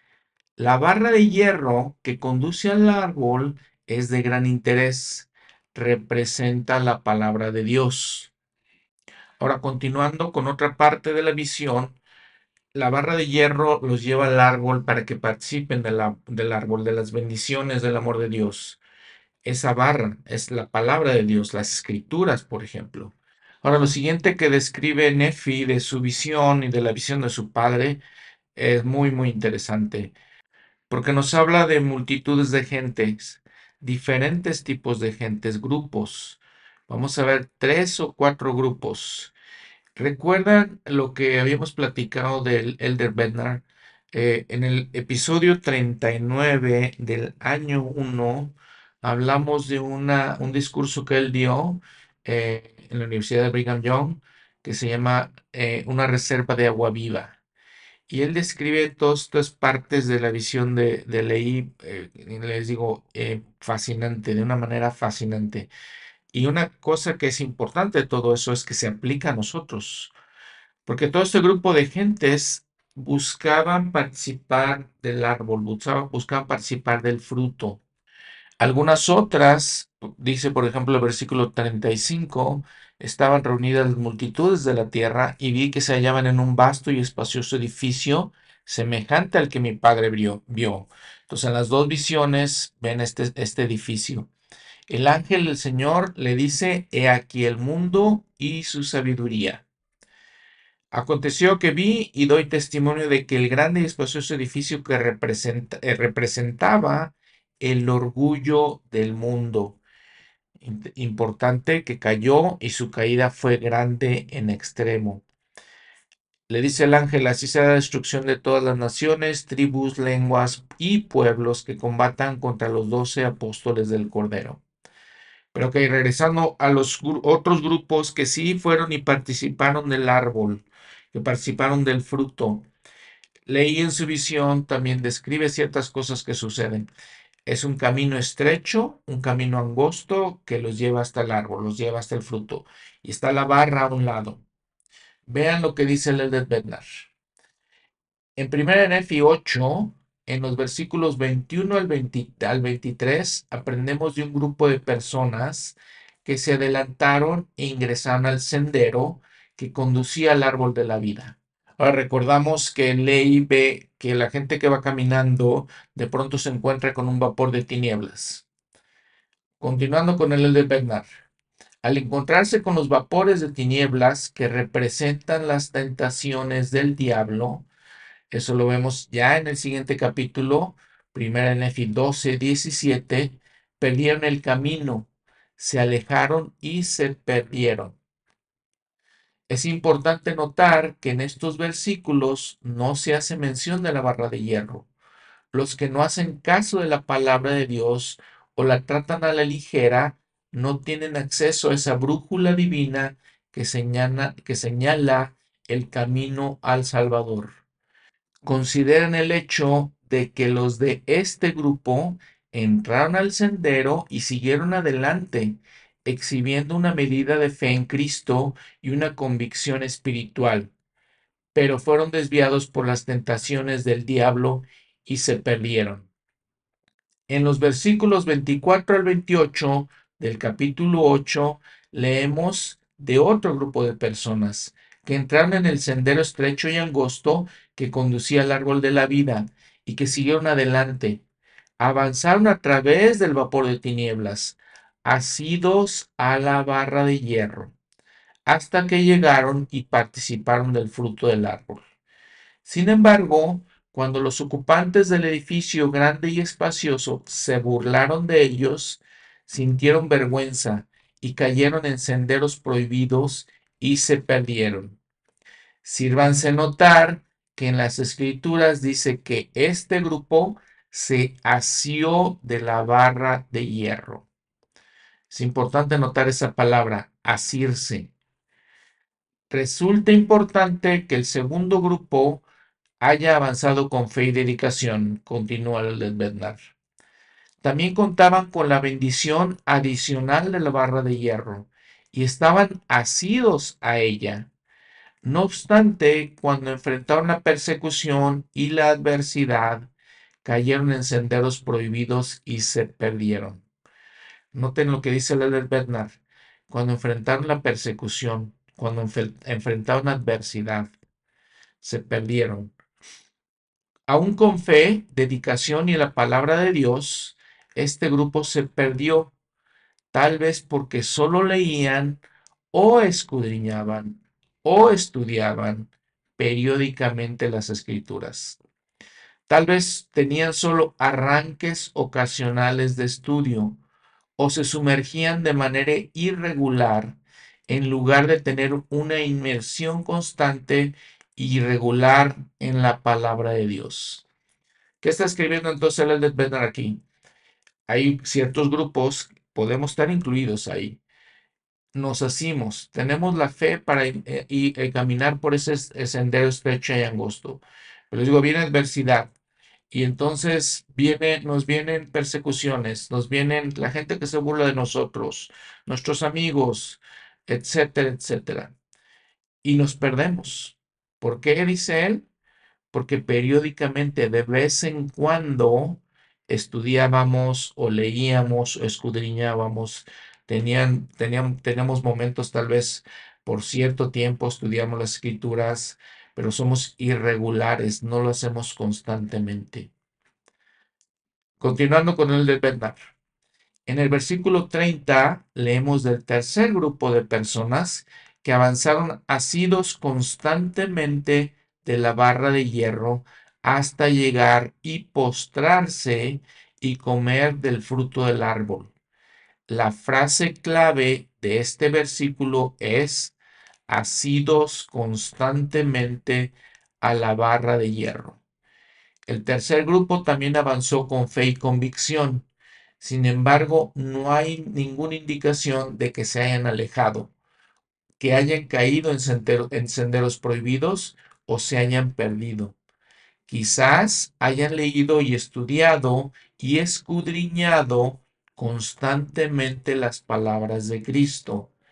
La barra de hierro que conduce al árbol es de gran interés. Representa la palabra de Dios. Ahora, continuando con otra parte de la visión, la barra de hierro los lleva al árbol para que participen de la, del árbol, de las bendiciones del amor de Dios. Esa barra es la palabra de Dios, las escrituras, por ejemplo. Ahora, lo siguiente que describe Nefi de su visión y de la visión de su padre es muy, muy interesante, porque nos habla de multitudes de gentes, diferentes tipos de gentes, grupos. Vamos a ver tres o cuatro grupos. ¿Recuerdan lo que habíamos platicado del Elder Bednar? Eh, en el episodio treinta y nueve del año uno hablamos de una, un discurso que él dio eh, en la Universidad de Brigham Young que se llama eh, Una reserva de agua viva. Y él describe todas estas partes de la visión de, de Leí, eh, les digo, eh, fascinante, de una manera fascinante. Y una cosa que es importante de todo eso es que se aplica a nosotros. Porque todo este grupo de gentes buscaban participar del árbol, buscaban, buscaban participar del fruto. Algunas otras, dice por ejemplo el versículo treinta y cinco, estaban reunidas las multitudes de la tierra y vi que se hallaban en un vasto y espacioso edificio semejante al que mi padre vio. vio. Entonces en las dos visiones ven este, este edificio. El ángel del Señor le dice, he aquí el mundo y su sabiduría. Aconteció que vi y doy testimonio de que el grande y espacioso edificio que representa- eh, representaba el orgullo del mundo, Int- importante, que cayó y su caída fue grande en extremo. Le dice el ángel, así será la destrucción de todas las naciones, tribus, lenguas y pueblos que combatan contra los doce apóstoles del Cordero. Pero que regresando a los gru- otros grupos que sí fueron y participaron del árbol, que participaron del fruto. Leí en su visión, también describe ciertas cosas que suceden. Es un camino estrecho, un camino angosto que los lleva hasta el árbol, los lleva hasta el fruto. Y está la barra a un lado. Vean lo que dice el Elder Bednar. En primera Nefi ocho, en los versículos veintiuno al, veinte al veintitrés, aprendemos de un grupo de personas que se adelantaron e ingresaron al sendero que conducía al árbol de la vida. Ahora recordamos que en Ley ve que la gente que va caminando de pronto se encuentra con un vapor de tinieblas. Continuando con el de Bednar. Al encontrarse con los vapores de tinieblas que representan las tentaciones del diablo, eso lo vemos ya en el siguiente capítulo, primera Nefi doce, diecisiete, perdieron el camino, se alejaron y se perdieron. Es importante notar que en estos versículos no se hace mención de la barra de hierro. Los que no hacen caso de la palabra de Dios o la tratan a la ligera no tienen acceso a esa brújula divina que señala, que señala el camino al Salvador. Consideran el hecho de que los de este grupo entraron al sendero y siguieron adelante, exhibiendo una medida de fe en Cristo y una convicción espiritual, pero fueron desviados por las tentaciones del diablo y se perdieron. En los versículos veinticuatro al veintiocho del capítulo ocho leemos de otro grupo de personas que entraron en el sendero estrecho y angosto que conducía al árbol de la vida y que siguieron adelante. Avanzaron a través del vapor de tinieblas, asidos a la barra de hierro, hasta que llegaron y participaron del fruto del árbol. Sin embargo, cuando los ocupantes del edificio grande y espacioso se burlaron de ellos, sintieron vergüenza y cayeron en senderos prohibidos y se perdieron. Sírvanse notar que en las escrituras dice que este grupo se asió de la barra de hierro. Es importante notar esa palabra, asirse. Resulta importante que el segundo grupo haya avanzado con fe y dedicación, continúa el Bednar. También contaban con la bendición adicional de la barra de hierro y estaban asidos a ella. No obstante, cuando enfrentaron la persecución y la adversidad, cayeron en senderos prohibidos y se perdieron. Noten lo que dice el Bednar. Cuando enfrentaron la persecución, cuando enfrentaron adversidad, se perdieron. Aún con fe, dedicación y la palabra de Dios, este grupo se perdió, tal vez porque solo leían o escudriñaban o estudiaban periódicamente las escrituras. Tal vez tenían solo arranques ocasionales de estudio o se sumergían de manera irregular en lugar de tener una inmersión constante y regular en la palabra de Dios. ¿Qué está escribiendo entonces el Bednar aquí? Hay ciertos grupos, podemos estar incluidos ahí. Nos asimos, tenemos la fe para eh, y, eh, caminar por ese sendero estrecho y angosto. Pero les digo, viene adversidad y entonces viene, nos vienen persecuciones, nos vienen la gente que se burla de nosotros, nuestros amigos, etcétera, etcétera. Y nos perdemos. ¿Por qué dice él? Porque periódicamente, de vez en cuando, estudiábamos o leíamos o escudriñábamos. Tenían, tenían, tenemos momentos tal vez por cierto tiempo estudiamos las escrituras, pero somos irregulares, no lo hacemos constantemente. Continuando con el de Bednar. En el versículo treinta leemos del tercer grupo de personas que avanzaron asidos constantemente de la barra de hierro hasta llegar y postrarse y comer del fruto del árbol. La frase clave de este versículo es asidos constantemente a la barra de hierro. El tercer grupo también avanzó con fe y convicción. Sin embargo, no hay ninguna indicación de que se hayan alejado, que hayan caído en, sendero, en senderos prohibidos o se hayan perdido. Quizás hayan leído y estudiado y escudriñado constantemente las palabras de Cristo.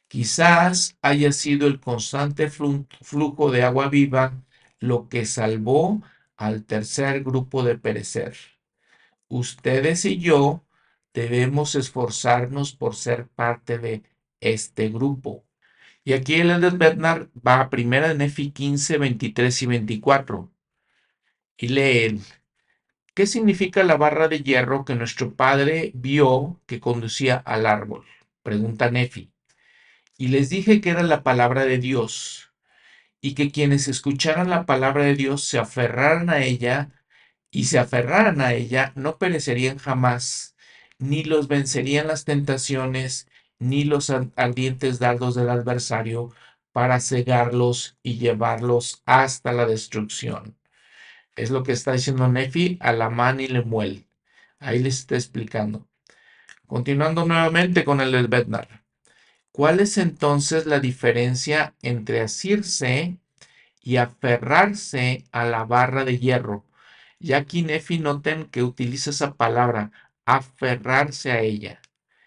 Quizás haya sido el constante flu- flujo de agua viva lo que salvó al tercer grupo de perecer. Ustedes y yo debemos esforzarnos por ser parte de este grupo. Y aquí el Elder Bednar va a primera de Nefi quince, veintitrés y veinticuatro y lee: ¿qué significa la barra de hierro que nuestro padre vio que conducía al árbol? Pregunta Nefi. Y les dije que era la palabra de Dios, y que quienes escucharan la palabra de Dios se aferraran a ella, y se aferraran a ella, no perecerían jamás, ni los vencerían las tentaciones, ni los ardientes dardos del adversario para cegarlos y llevarlos hasta la destrucción. Es lo que está diciendo Nefi a Lamán y Lemuel. Ahí les está explicando. Continuando nuevamente con el del Bednar. ¿Cuál es entonces la diferencia entre asirse y aferrarse a la barra de hierro? Y aquí Nefi noten que utiliza esa palabra, aferrarse a ella.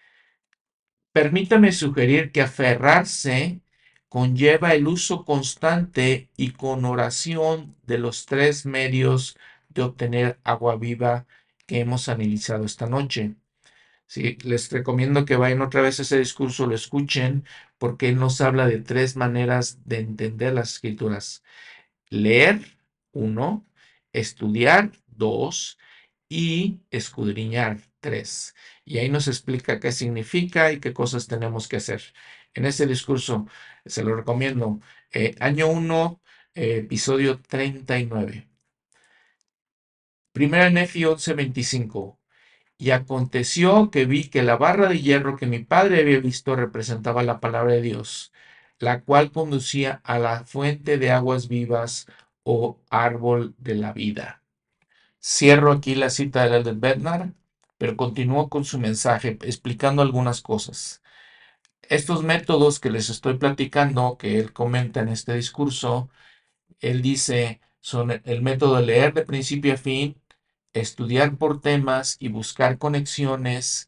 Permítame sugerir que aferrarse conlleva el uso constante y con oración de los tres medios de obtener agua viva que hemos analizado esta noche. Sí, les recomiendo que vayan otra vez a ese discurso, lo escuchen, porque él nos habla de tres maneras de entender las escrituras: leer, uno; estudiar, dos; y escudriñar, tres. Y ahí nos explica qué significa y qué cosas tenemos que hacer. En ese discurso se lo recomiendo. Eh, año uno, eh, episodio treinta y nueve. Primera Nefi once veinticinco. Y aconteció que vi que la barra de hierro que mi padre había visto representaba la palabra de Dios, la cual conducía a la fuente de aguas vivas o árbol de la vida. Cierro aquí la cita del Elder Bednar, pero continúo con su mensaje explicando algunas cosas. Estos métodos que les estoy platicando, que él comenta en este discurso, él dice, son el método de leer de principio a fin, estudiar por temas y buscar conexiones,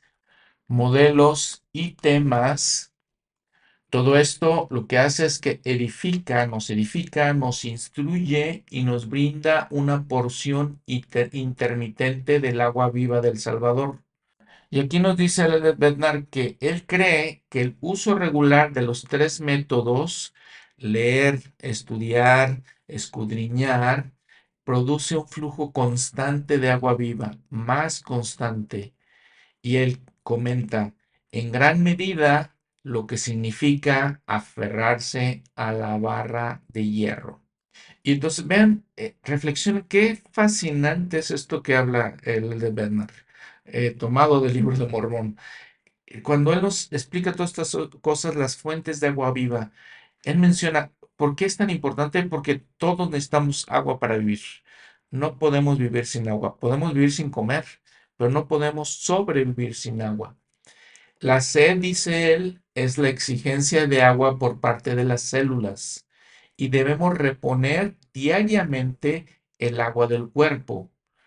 modelos y temas. Todo esto lo que hace es que edifica, nos edifica, nos instruye y nos brinda una porción inter- intermitente del agua viva del Salvador. Y aquí nos dice el Bednar que él cree que el uso regular de los tres métodos, leer, estudiar, escudriñar, produce un flujo constante de agua viva, más constante. Y él comenta, en gran medida, lo que significa aferrarse a la barra de hierro. Y entonces vean, eh, reflexionen qué fascinante es esto que habla el de Bernard, eh, tomado del libro de Mormón. Eh, Cuando él nos explica todas estas o- cosas, las fuentes de agua viva, él menciona, ¿por qué es tan importante? Porque todos necesitamos agua para vivir. No podemos vivir sin agua. Podemos vivir sin comer, pero no podemos sobrevivir sin agua. La sed, dice él, es la exigencia de agua por parte de las células y debemos reponer diariamente el agua del cuerpo.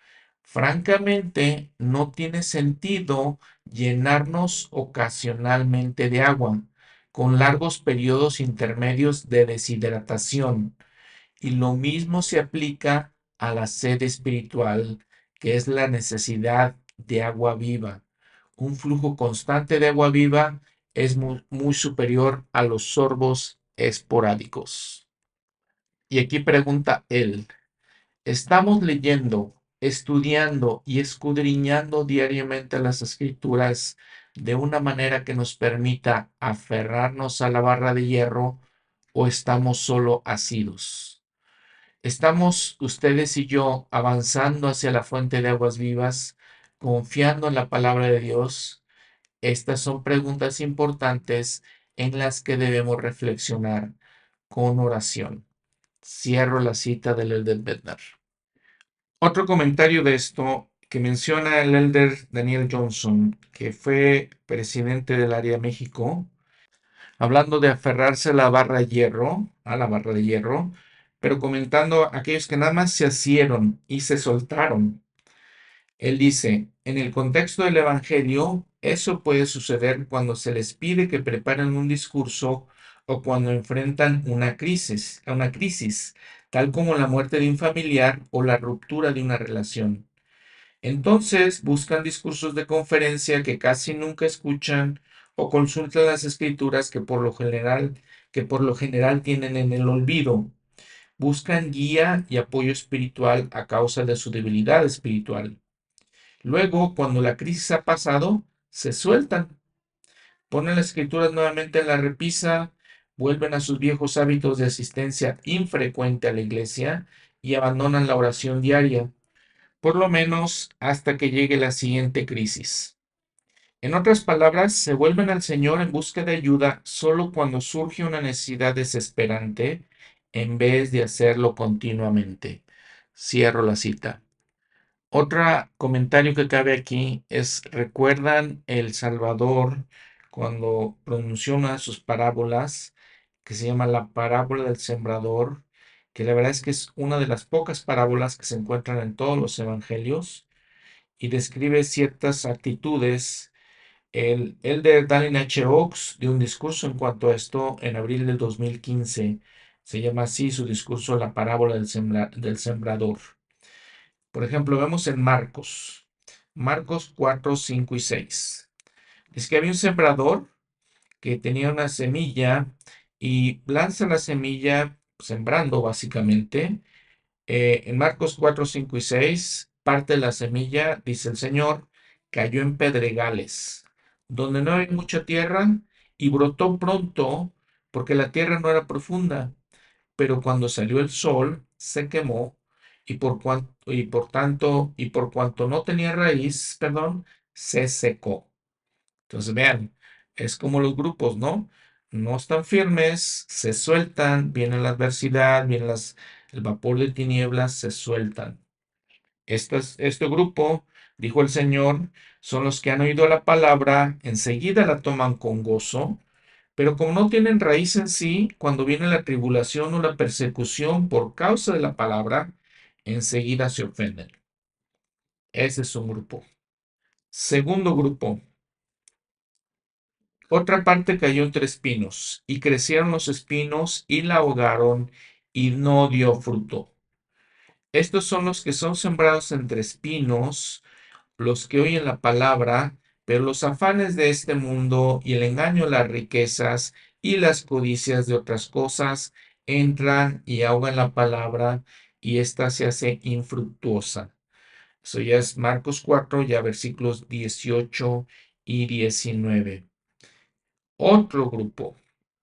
Francamente, no tiene sentido llenarnos ocasionalmente de agua, con largos periodos intermedios de deshidratación. Y lo mismo se aplica a la sed espiritual, que es la necesidad de agua viva. Un flujo constante de agua viva es muy, muy superior a los sorbos esporádicos. Y aquí pregunta él, ¿estamos leyendo, estudiando y escudriñando diariamente las escrituras de una manera que nos permita aferrarnos a la barra de hierro o estamos solo asidos? ¿Estamos ustedes y yo avanzando hacia la fuente de aguas vivas, confiando en la palabra de Dios? Estas son preguntas importantes en las que debemos reflexionar con oración. Cierro la cita del Elder Bednar. Otro comentario de esto que menciona el Elder Daniel Johnson, que fue presidente del área México, hablando de aferrarse a la barra de hierro, a la barra de hierro, pero comentando aquellos que nada más se asieron y se soltaron. Él dice, en el contexto del Evangelio, eso puede suceder cuando se les pide que preparen un discurso o cuando enfrentan una crisis, una crisis, tal como la muerte de un familiar o la ruptura de una relación. Entonces buscan discursos de conferencia que casi nunca escuchan o consultan las escrituras que por lo general, que por lo general tienen en el olvido. Buscan guía y apoyo espiritual a causa de su debilidad espiritual. Luego, cuando la crisis ha pasado, se sueltan, ponen las escrituras nuevamente en la repisa, vuelven a sus viejos hábitos de asistencia infrecuente a la iglesia y abandonan la oración diaria, por lo menos hasta que llegue la siguiente crisis. En otras palabras, se vuelven al Señor en busca de ayuda solo cuando surge una necesidad desesperante, en vez de hacerlo continuamente. Cierro la cita. Otro comentario que cabe aquí es, ¿recuerdan El Salvador cuando pronunció una de sus parábolas que se llama la parábola del sembrador? Que la verdad es que es una de las pocas parábolas que se encuentran en todos los evangelios y describe ciertas actitudes. El elder Dallin H. Oaks dio un discurso en cuanto a esto en abril del dos mil quince. Se llama así su discurso, La parábola del, sembra- del sembrador. Por ejemplo, vemos en Marcos, Marcos cuatro, cinco y seis. Es que había un sembrador que tenía una semilla y lanza la semilla sembrando básicamente. Eh, en Marcos cuatro, cinco y seis, parte de la semilla, dice el Señor, cayó en pedregales, donde no hay mucha tierra y brotó pronto porque la tierra no era profunda, pero cuando salió el sol se quemó y por cuanto y por tanto y por cuanto no tenía raíz, perdón, se secó. Entonces vean, es como los grupos, ¿no? No están firmes, se sueltan, viene la adversidad, viene las, el vapor de tinieblas, se sueltan. Estas- este grupo, dijo el Señor, son los que han oído la palabra, enseguida la toman con gozo, pero como no tienen raíz en sí, cuando viene la tribulación o la persecución por causa de la palabra, enseguida se ofenden. Ese es un grupo. Segundo grupo. Otra parte cayó entre espinos, y crecieron los espinos y la ahogaron, y no dio fruto. Estos son los que son sembrados entre espinos, los que oyen la palabra, pero los afanes de este mundo y el engaño de las riquezas y las codicias de otras cosas entran y ahogan la palabra y ésta se hace infructuosa. Eso ya es Marcos cuatro, ya versículos dieciocho y diecinueve. Otro grupo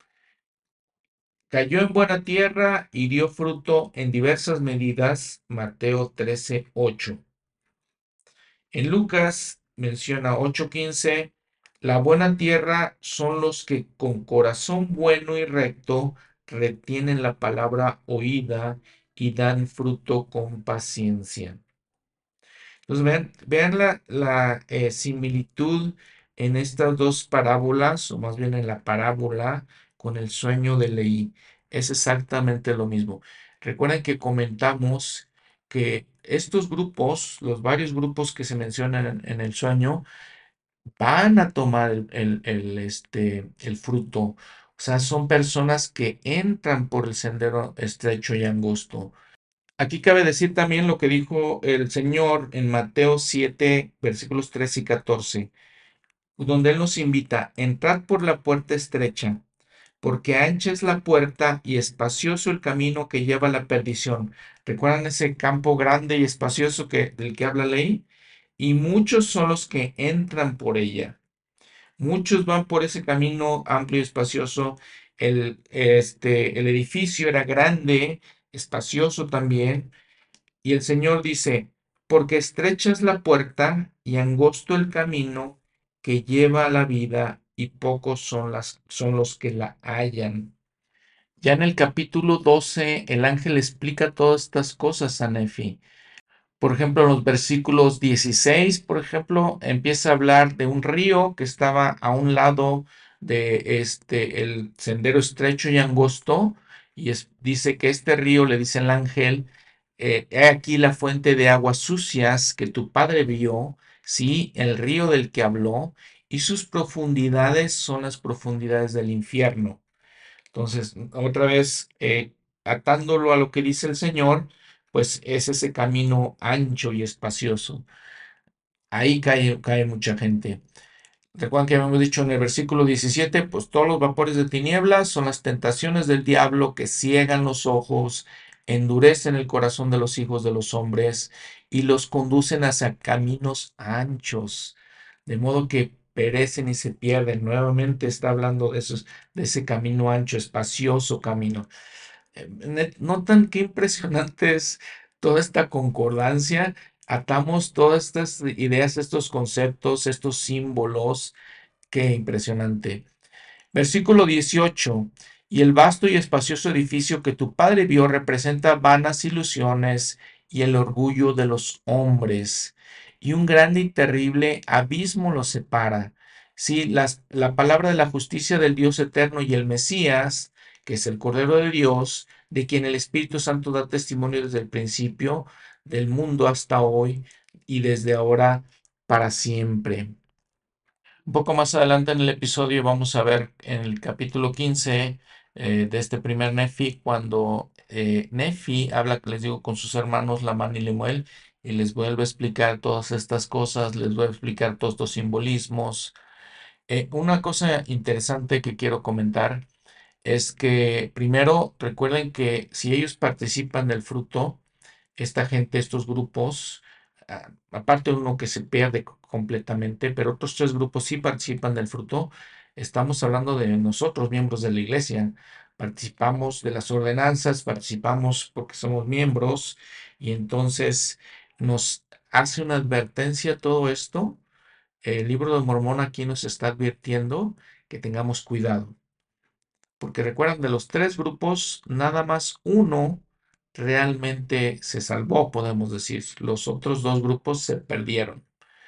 cayó en buena tierra y dio fruto en diversas medidas. Mateo trece, ocho. En Lucas menciona ocho quince, la buena tierra son los que con corazón bueno y recto retienen la palabra oída y dan fruto con paciencia. Entonces vean, vean la, la, eh, similitud en estas dos parábolas, o más bien en la parábola con el sueño de Leí. Es exactamente lo mismo. Recuerden que comentamos que estos grupos, los varios grupos que se mencionan en, en el sueño, van a tomar el, el- el, este, el fruto. O sea, son personas que entran por el sendero estrecho y angosto. Aquí cabe decir también lo que dijo el Señor en Mateo siete, versículos tres y catorce, donde Él nos invita, entrad por la puerta estrecha, porque ancha es la puerta y espacioso el camino que lleva a la perdición. ¿Recuerdan ese campo grande y espacioso que, del que habla la ley? Y muchos son los que entran por ella. Muchos van por ese camino amplio y espacioso. El, este, el edificio era grande, espacioso también. Y el Señor dice, porque estrecha es la puerta y angosto el camino que lleva a la vida y pocos son, las, son los que la hallan. Ya en el capítulo doce, el ángel explica todas estas cosas a Nefi. Por ejemplo, en los versículos dieciséis, por ejemplo, empieza a hablar de un río que estaba a un lado de este, el sendero estrecho y angosto, y es- dice que este río, le dice el ángel, Eh, he aquí la fuente de aguas sucias que tu padre vio, sí, el río del que habló, y sus profundidades son las profundidades del infierno. Entonces, otra vez, eh, atándolo a lo que dice el Señor, pues es ese camino ancho y espacioso. Ahí cae, cae mucha gente. Recuerdan que habíamos dicho en el versículo diecisiete, pues todos los vapores de tinieblas son las tentaciones del diablo que ciegan los ojos, endurecen el corazón de los hijos de los hombres y los conducen hacia caminos anchos, de modo que perecen y se pierden. Nuevamente está hablando de esos, de ese camino ancho, espacioso camino. Eh, net- ¿Notan qué impresionante es toda esta concordancia? Atamos todas estas ideas, estos conceptos, estos símbolos. Qué impresionante. Versículo dieciocho. Y el vasto y espacioso edificio que tu padre vio representa vanas ilusiones y el orgullo de los hombres. Y un grande y terrible abismo los separa. Sí, las- la palabra de la justicia del Dios eterno y el Mesías, que es el Cordero de Dios, de quien el Espíritu Santo da testimonio desde el principio del mundo hasta hoy y desde ahora para siempre. Un poco más adelante en el episodio vamos a ver en el capítulo quince eh, de este primer Nefi, cuando eh, Nefi habla, les digo, con sus hermanos Lamán y Lemuel, y les vuelve a explicar todas estas cosas, les voy a explicar todos estos simbolismos. Eh, una cosa interesante que quiero comentar es que primero recuerden que si ellos participan del fruto, esta gente, estos grupos, a- aparte de uno que se pierde co- completamente, pero otros tres grupos sí participan del fruto. Estamos hablando de nosotros, miembros de la iglesia. Participamos de las ordenanzas, participamos porque somos miembros y entonces nos hace una advertencia todo esto. El libro de Mormón aquí nos está advirtiendo que tengamos cuidado. Porque recuerdan, de los tres grupos, nada más uno realmente se salvó, podemos decir. Los otros dos grupos se perdieron.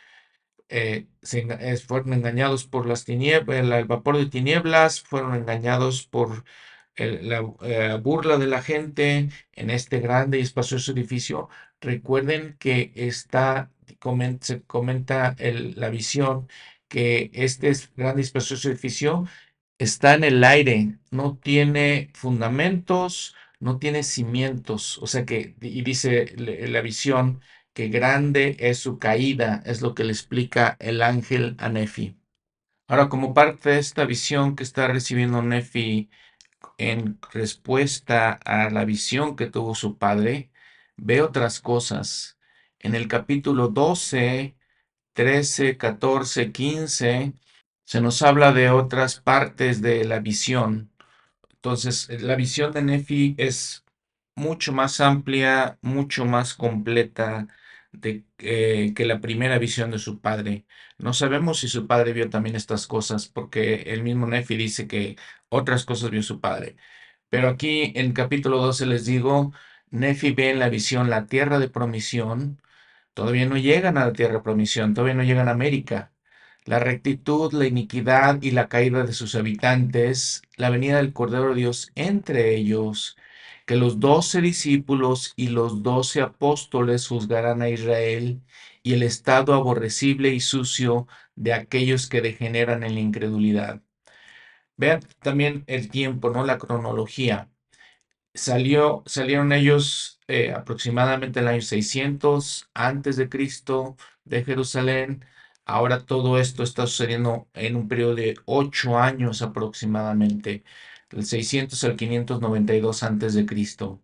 Eh, se enga- es- fueron engañados por las tinieblas, el, el vapor de tinieblas, fueron engañados por el- la eh, burla de la gente en este grande y espacioso edificio. Recuerden que está, comen- se comenta el- la visión que este es- grande y espacioso edificio está en el aire, no tiene fundamentos, no tiene cimientos, o sea que, y dice le- la visión que grande es su caída, es lo que le explica el ángel a Nefi. Ahora, como parte de esta visión que está recibiendo Nefi en respuesta a la visión que tuvo su padre, ve otras cosas. En el capítulo doce, trece, catorce, quince se nos habla de otras partes de la visión. Entonces, eh, la visión de Nefi es mucho más amplia, mucho más completa de, eh, que la primera visión de su padre. No sabemos si su padre vio también estas cosas, porque el mismo Nefi dice que otras cosas vio su padre. Pero aquí en capítulo doce les digo, Nefi ve en la visión la tierra de promisión. Todavía no llegan a la tierra de promisión, todavía no llegan a América. La rectitud, la iniquidad y la caída de sus habitantes, la venida del Cordero de Dios entre ellos, que los doce discípulos y los doce apóstoles juzgarán a Israel, y el estado aborrecible y sucio de aquellos que degeneran en la incredulidad. Vean también el tiempo, ¿no? La cronología. Salió, salieron ellos eh, aproximadamente el año seiscientos antes de Cristo de Jerusalén. Ahora todo esto está sucediendo en un periodo de ocho años aproximadamente, del seiscientos al quinientos noventa y dos antes de Cristo.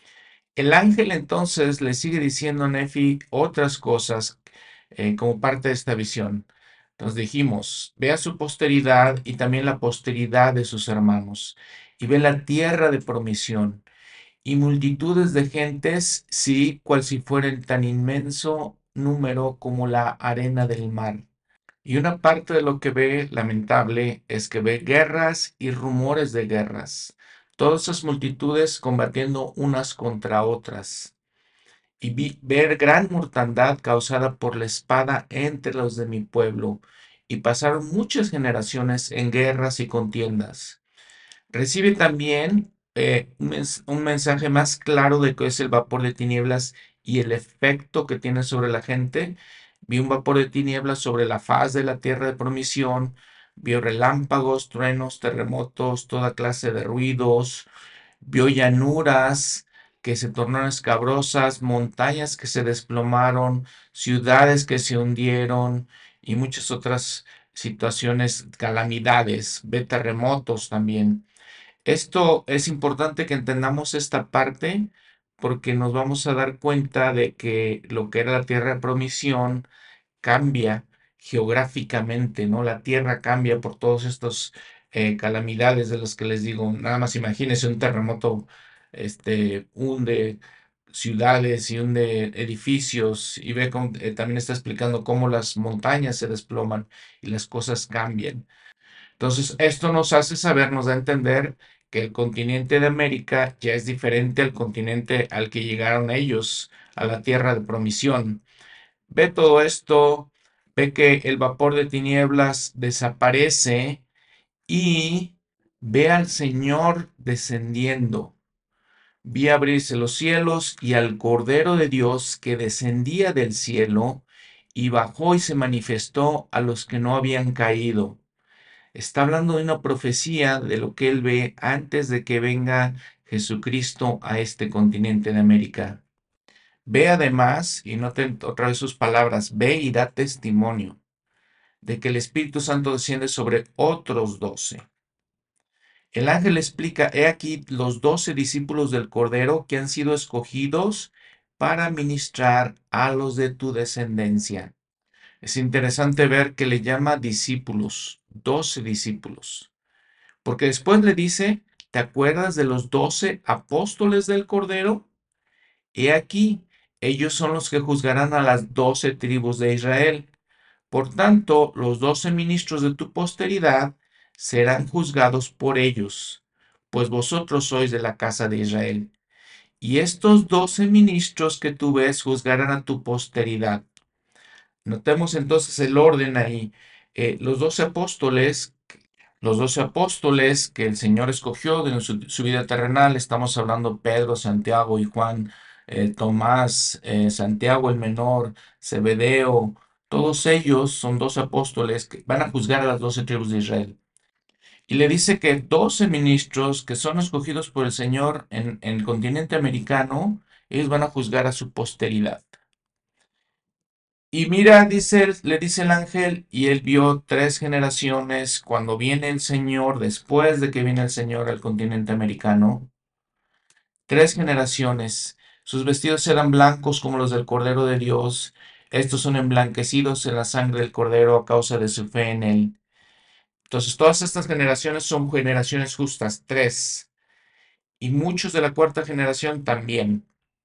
El ángel entonces le sigue diciendo a Nefi otras cosas eh, como parte de esta visión. Entonces dijimos, ve a su posteridad y también la posteridad de sus hermanos, y ve la tierra de promisión y multitudes de gentes, sí, cual si fueran tan inmenso número como la arena del mar. Y una parte de lo que ve lamentable es que ve guerras y rumores de guerras, todas esas multitudes combatiendo unas contra otras. Y vi ver gran mortandad causada por la espada entre los de mi pueblo, y pasaron muchas generaciones en guerras y contiendas. Recibe también eh, un, mens- un mensaje más claro de qué es el vapor de tinieblas y el efecto que tiene sobre la gente. Vi un vapor de tinieblas sobre la faz de la tierra de promisión, vio relámpagos, truenos, terremotos, toda clase de ruidos, vio llanuras que se tornaron escabrosas, montañas que se desplomaron, ciudades que se hundieron y muchas otras situaciones, calamidades, ve terremotos también. Esto es importante que entendamos esta parte porque nos vamos a dar cuenta de que lo que era la tierra de promisión cambia geográficamente, ¿no? La tierra cambia por todas estas eh, calamidades de las que les digo. Nada más imagínense un terremoto, este, hunde ciudades y hunde edificios y ve cómo, eh, también está explicando cómo las montañas se desploman y las cosas cambian. Entonces, esto nos hace saber, nos da a entender que el continente de América ya es diferente al continente al que llegaron ellos, a la tierra de promisión. Ve todo esto, ve que el vapor de tinieblas desaparece y ve al Señor descendiendo. Vi abrirse los cielos y al Cordero de Dios que descendía del cielo y bajó y se manifestó a los que no habían caído. Está hablando de una profecía de lo que él ve antes de que venga Jesucristo a este continente de América. Ve además, y noten otra vez sus palabras, ve y da testimonio de que el Espíritu Santo desciende sobre otros doce. El ángel explica, he aquí los doce discípulos del Cordero que han sido escogidos para ministrar a los de tu descendencia. Es interesante ver que le llama discípulos, doce discípulos. Porque después le dice, ¿te acuerdas de los doce apóstoles del Cordero? He aquí, ellos son los que juzgarán a las doce tribus de Israel. Por tanto, los doce ministros de tu posteridad serán juzgados por ellos, pues vosotros sois de la casa de Israel. Y estos doce ministros que tú ves juzgarán a tu posteridad. Notemos entonces el orden ahí. Eh, los doce apóstoles los doce apóstoles que el Señor escogió de su, su vida terrenal, estamos hablando Pedro, Santiago y Juan, eh, Tomás, eh, Santiago el menor, Zebedeo, todos ellos son dos apóstoles que van a juzgar a las doce tribus de Israel. Y le dice que doce ministros que son escogidos por el Señor en, en el continente americano, ellos van a juzgar a su posteridad. Y mira, dice, él- le dice el ángel, y él vio tres generaciones cuando viene el Señor, después de que viene el Señor al continente americano, tres generaciones. Sus vestidos eran blancos como los del Cordero de Dios. Estos son emblanquecidos en la sangre del Cordero a causa de su fe en él. Entonces, todas estas generaciones son generaciones justas, tres. Y muchos de la cuarta generación también.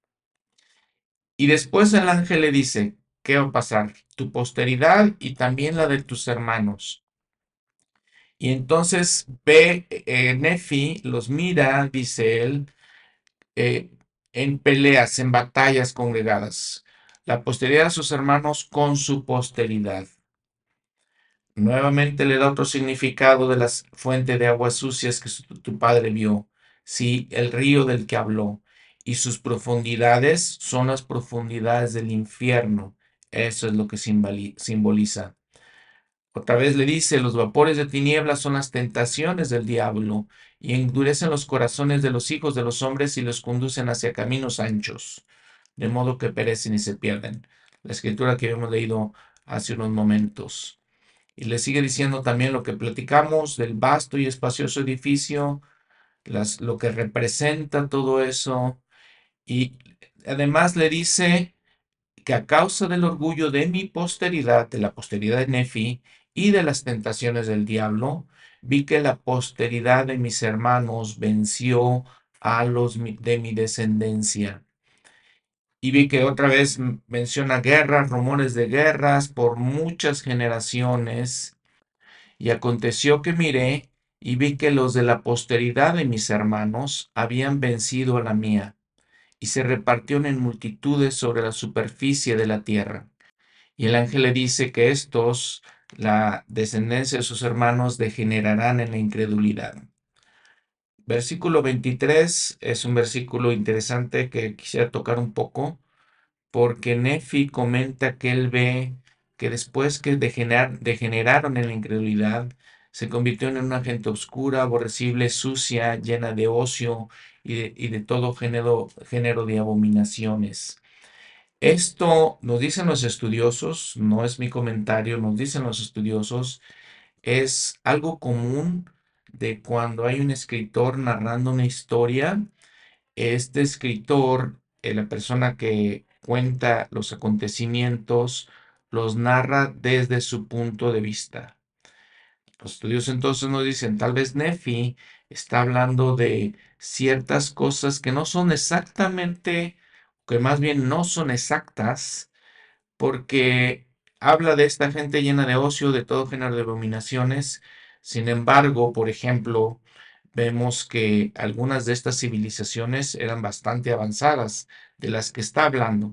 Y después el ángel le dice, ¿qué va a pasar? Tu posteridad y también la de tus hermanos. Y entonces ve, eh, Nefi los mira, dice él, eh, en peleas, en batallas congregadas. La posteridad de sus hermanos con su posteridad. Nuevamente le da otro significado de la fuente de aguas sucias que su- tu padre vio. Sí, el río del que habló. Y sus profundidades son las profundidades del infierno. Eso es lo que simboli- simboliza. Otra vez le dice, los vapores de tinieblas son las tentaciones del diablo y endurecen los corazones de los hijos de los hombres y los conducen hacia caminos anchos, de modo que perecen y se pierden. La escritura que habíamos leído hace unos momentos. Y le sigue diciendo también lo que platicamos del vasto y espacioso edificio, las, lo que representa todo eso. Y además le dice que a causa del orgullo de mi posteridad, de la posteridad de Nefi y de las tentaciones del diablo, vi que la posteridad de mis hermanos venció a los de mi descendencia. Y vi que otra vez menciona guerras, rumores de guerras por muchas generaciones. Y aconteció que miré y vi que los de la posteridad de mis hermanos habían vencido a la mía, y se repartieron en multitudes sobre la superficie de la tierra. Y el ángel le dice que estos, la descendencia de sus hermanos, degenerarán en la incredulidad. Versículo veintitrés es un versículo interesante que quisiera tocar un poco, porque Nefi comenta que él ve que después que degener- degeneraron en la incredulidad, se convirtió en una gente oscura, aborrecible, sucia, llena de ocio y de, y de todo género, género de abominaciones. Esto nos dicen los estudiosos, no es mi comentario, nos dicen los estudiosos, es algo común de cuando hay un escritor narrando una historia. Este escritor, eh, la persona que cuenta los acontecimientos, los narra desde su punto de vista. Los estudios entonces nos dicen, tal vez Nefi está hablando de ciertas cosas que no son exactamente, que más bien no son exactas, porque habla de esta gente llena de ocio, de todo género de abominaciones. Sin embargo, por ejemplo, vemos que algunas de estas civilizaciones eran bastante avanzadas de las que está hablando.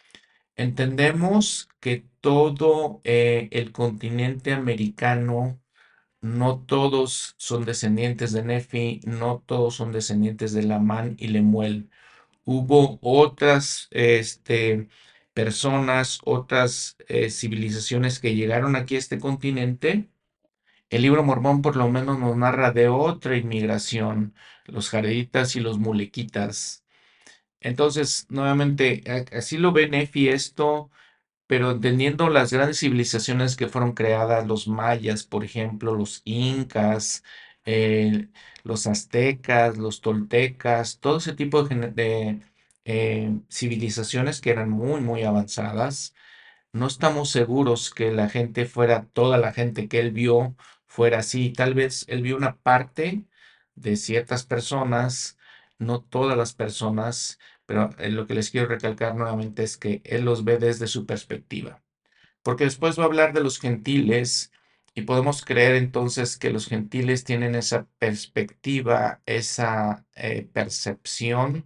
Entendemos que todo eh, el continente americano, no todos son descendientes de Nefi, no todos son descendientes de Lamán y Lemuel. Hubo otras este, personas, otras eh, civilizaciones que llegaron aquí a este continente. El libro Mormón por lo menos nos narra de otra inmigración, los jareditas y los mulequitas. Entonces, nuevamente, a- así lo ve Nefi esto, pero entendiendo las grandes civilizaciones que fueron creadas, los mayas, por ejemplo, los incas, eh, los aztecas, los toltecas, todo ese tipo de, gene- de, eh, civilizaciones que eran muy, muy avanzadas. No estamos seguros que la gente fuera, toda la gente que él vio fuera así. Tal vez él vio una parte de ciertas personas, no todas las personas, pero eh, lo que les quiero recalcar nuevamente es que él los ve desde su perspectiva. Porque después va a hablar de los gentiles y podemos creer entonces que los gentiles tienen esa perspectiva, esa eh, percepción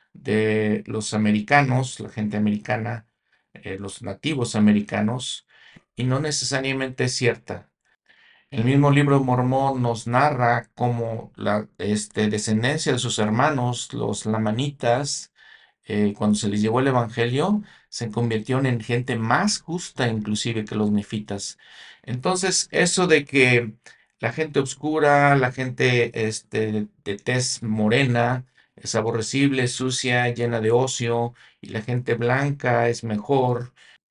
de los americanos, la gente americana, eh, los nativos americanos, y no necesariamente es cierta. El mismo libro mormón nos narra cómo la este, descendencia de sus hermanos, los lamanitas, eh, cuando se les llevó el evangelio, se convirtieron en gente más justa inclusive que los nefitas. Entonces, eso de que la gente oscura, la gente este, de tez morena, es aborrecible, sucia, llena de ocio, y la gente blanca es mejor,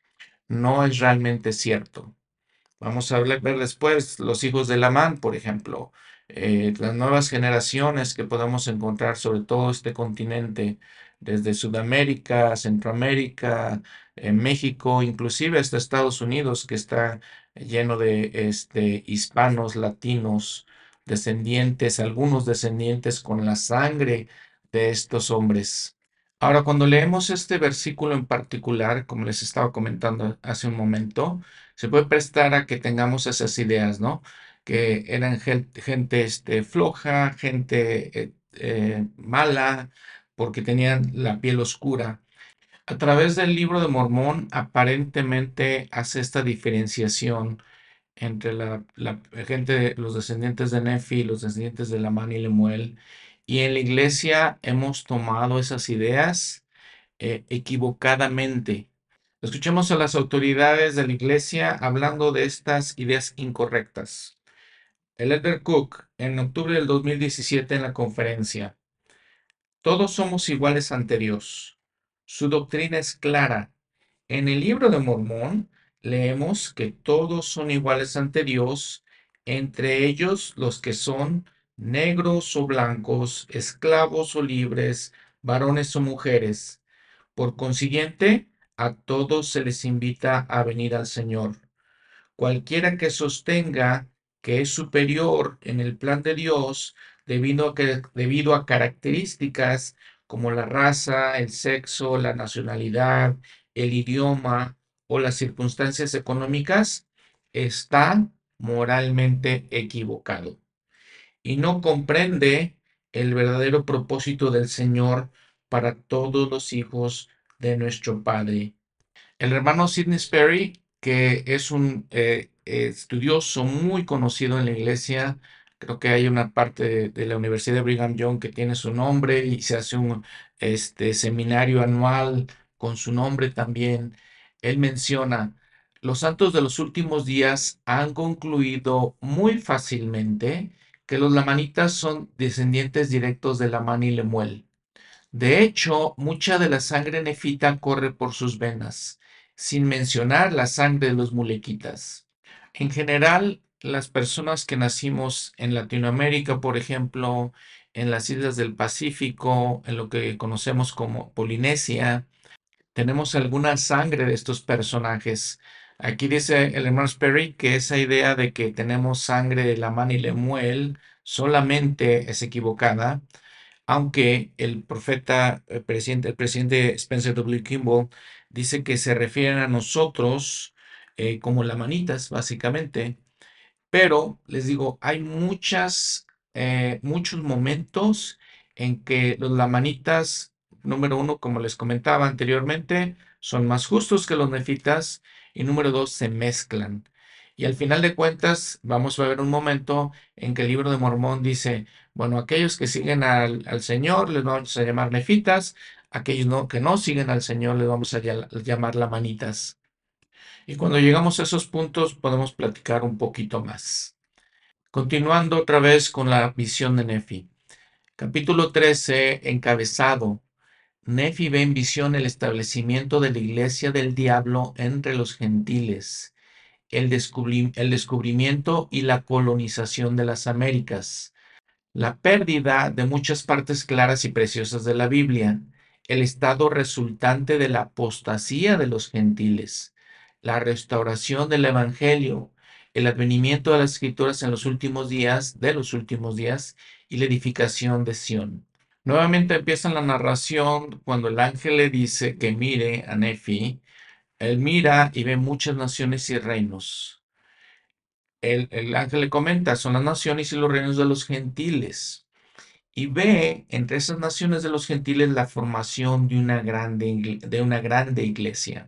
no es realmente cierto. Vamos a hablar- ver después los hijos de Lamán, por ejemplo, eh, las nuevas generaciones que podemos encontrar sobre todo este continente, desde Sudamérica, Centroamérica, en México, inclusive hasta Estados Unidos, que está lleno de este, hispanos, latinos, descendientes, algunos descendientes con la sangre de estos hombres. Ahora, cuando leemos este versículo en particular, como les estaba comentando hace un momento, se puede prestar a que tengamos esas ideas, ¿no? Que eran gen- gente, este, floja, gente eh, eh, mala, porque tenían la piel oscura. A través del libro de Mormón, aparentemente hace esta diferenciación entre la, la gente, los descendientes de Nefi, los descendientes de Lamán y Lemuel. Y en la iglesia hemos tomado esas ideas eh, equivocadamente. Escuchemos a las autoridades de la iglesia hablando de estas ideas incorrectas. El Elder Cook, en octubre del dos mil diecisiete en la conferencia, todos somos iguales ante Dios. Su doctrina es clara. En el libro de Mormón leemos que todos son iguales ante Dios, entre ellos los que son negros o blancos, esclavos o libres, varones o mujeres. Por consiguiente, a todos se les invita a venir al Señor. Cualquiera que sostenga que es superior en el plan de Dios debido a, que, debido a características como la raza, el sexo, la nacionalidad, el idioma o las circunstancias económicas, está moralmente equivocado y no comprende el verdadero propósito del Señor para todos los hijos de nuestro Padre. El hermano Sidney Sperry, que es un eh, estudioso muy conocido en la iglesia, Creo que hay una parte de, de la Universidad de Brigham Young que tiene su nombre y se hace un este, seminario anual con su nombre también. Él menciona, los santos de los últimos días han concluido muy fácilmente que los lamanitas son descendientes directos de Lamán y Lemuel. De hecho, mucha de la sangre nefita corre por sus venas, sin mencionar la sangre de los mulequitas. En general, las personas que nacimos en Latinoamérica, por ejemplo, en las islas del Pacífico, en lo que conocemos como Polinesia, tenemos alguna sangre de estos personajes. Aquí dice el hermano Sperry que esa idea de que tenemos sangre de Lamán y Lemuel solamente es equivocada, aunque el profeta, el presidente, el presidente Spencer W. Kimball dice que se refieren a nosotros eh, como lamanitas, básicamente. Pero les digo, hay muchas, eh, muchos momentos en que los lamanitas, número uno, como les comentaba anteriormente, son más justos que los nefitas y número dos, se mezclan. Y al final de cuentas, vamos a ver un momento en que el libro de Mormón dice, bueno, aquellos que siguen al, al Señor les vamos a llamar nefitas, aquellos no, que no siguen al Señor les vamos a llamar lamanitas. Y cuando llegamos a esos puntos podemos platicar un poquito más. Continuando otra vez con la visión de Nefi. Capítulo trece, encabezado. Nefi ve en visión el establecimiento de la iglesia del diablo entre los gentiles, el, descubri el descubrimiento y la colonización de las Américas, la pérdida de muchas partes claras y preciosas de la Biblia, el estado resultante de la apostasía de los gentiles, la restauración del Evangelio, el advenimiento de las Escrituras en los últimos días, de los últimos días, y la edificación de Sión. Nuevamente empieza la narración cuando el ángel le dice que mire a Nefi. Él mira y ve muchas naciones y reinos. El, el ángel le comenta, son las naciones y los reinos de los gentiles. Y ve entre esas naciones de los gentiles la formación de una grande, de una grande iglesia.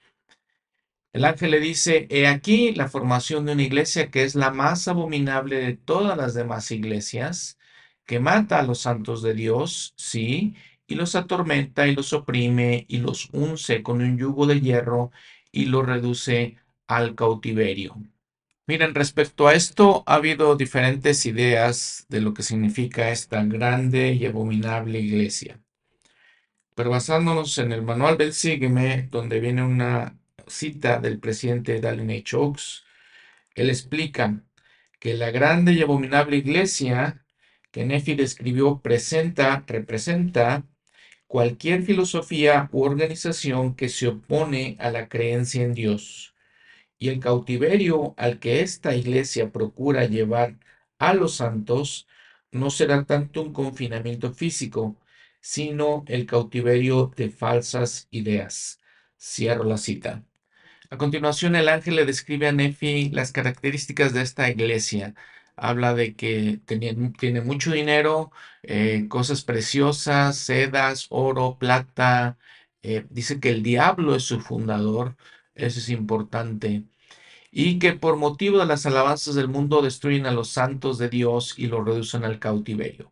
El ángel le dice, he aquí la formación de una iglesia que es la más abominable de todas las demás iglesias, que mata a los santos de Dios, sí, y los atormenta y los oprime y los unce con un yugo de hierro y los reduce al cautiverio. Miren, respecto a esto, ha habido diferentes ideas de lo que significa esta grande y abominable iglesia. Pero basándonos en el manual del Sígueme, donde viene una cita del presidente Dallin H. Oaks, él explica que la grande y abominable iglesia que Nefi describió presenta, representa cualquier filosofía u organización que se opone a la creencia en Dios. Y el cautiverio al que esta iglesia procura llevar a los santos no será tanto un confinamiento físico, sino el cautiverio de falsas ideas. Cierro la cita. A continuación, el ángel le describe a Nefi las características de esta iglesia. Habla de que tenía- tiene mucho dinero, eh, cosas preciosas, sedas, oro, plata. Eh, dice que el diablo es su fundador. Eso es importante. Y que por motivo de las alabanzas del mundo destruyen a los santos de Dios y los reducen al cautiverio.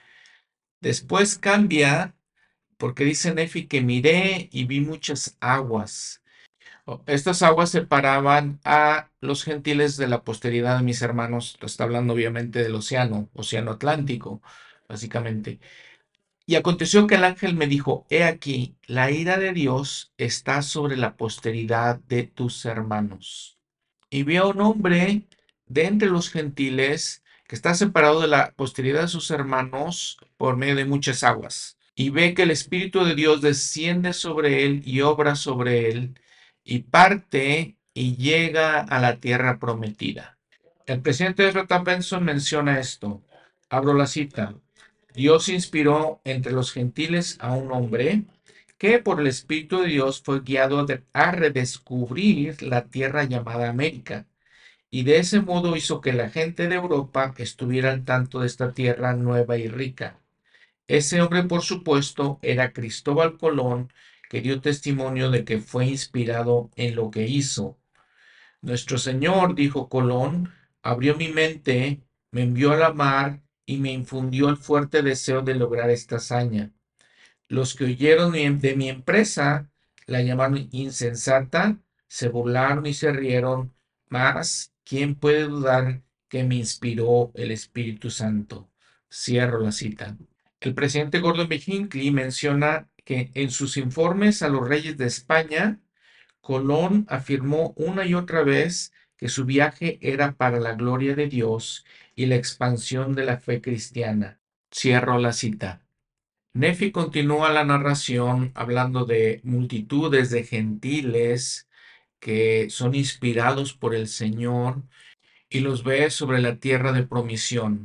Después cambia porque dice Nefi que miré y vi muchas aguas. Oh, estas aguas separaban a los gentiles de la posteridad de mis hermanos. Está hablando obviamente del océano, océano Atlántico, básicamente. Y aconteció que el ángel me dijo, he aquí, la ira de Dios está sobre la posteridad de tus hermanos. Y vi a un hombre de entre los gentiles que está separado de la posteridad de sus hermanos por medio de muchas aguas. Y ve que el Espíritu de Dios desciende sobre él y obra sobre él, y parte y llega a la tierra prometida. El presidente Ezra Benson menciona esto. Abro la cita. Dios inspiró entre los gentiles a un hombre que por el Espíritu de Dios fue guiado a redescubrir la tierra llamada América, y de ese modo hizo que la gente de Europa estuviera al tanto de esta tierra nueva y rica. Ese hombre, por supuesto, era Cristóbal Colón, que dio testimonio de que fue inspirado en lo que hizo. Nuestro Señor, dijo Colón, abrió mi mente me envió a la mar y me infundió el fuerte deseo de lograr esta hazaña. Los que oyeron de mi empresa la llamaron insensata, se burlaron y se rieron, mas ¿quién puede dudar que me inspiró el Espíritu Santo? Cierro la cita. El presidente Gordon B. Hinckley menciona que en sus informes a los reyes de España, Colón afirmó una y otra vez que su viaje era para la gloria de Dios y la expansión de la fe cristiana. Cierro la cita. Nefi continúa la narración hablando de multitudes de gentiles que son inspirados por el Señor y los ve sobre la tierra de promisión.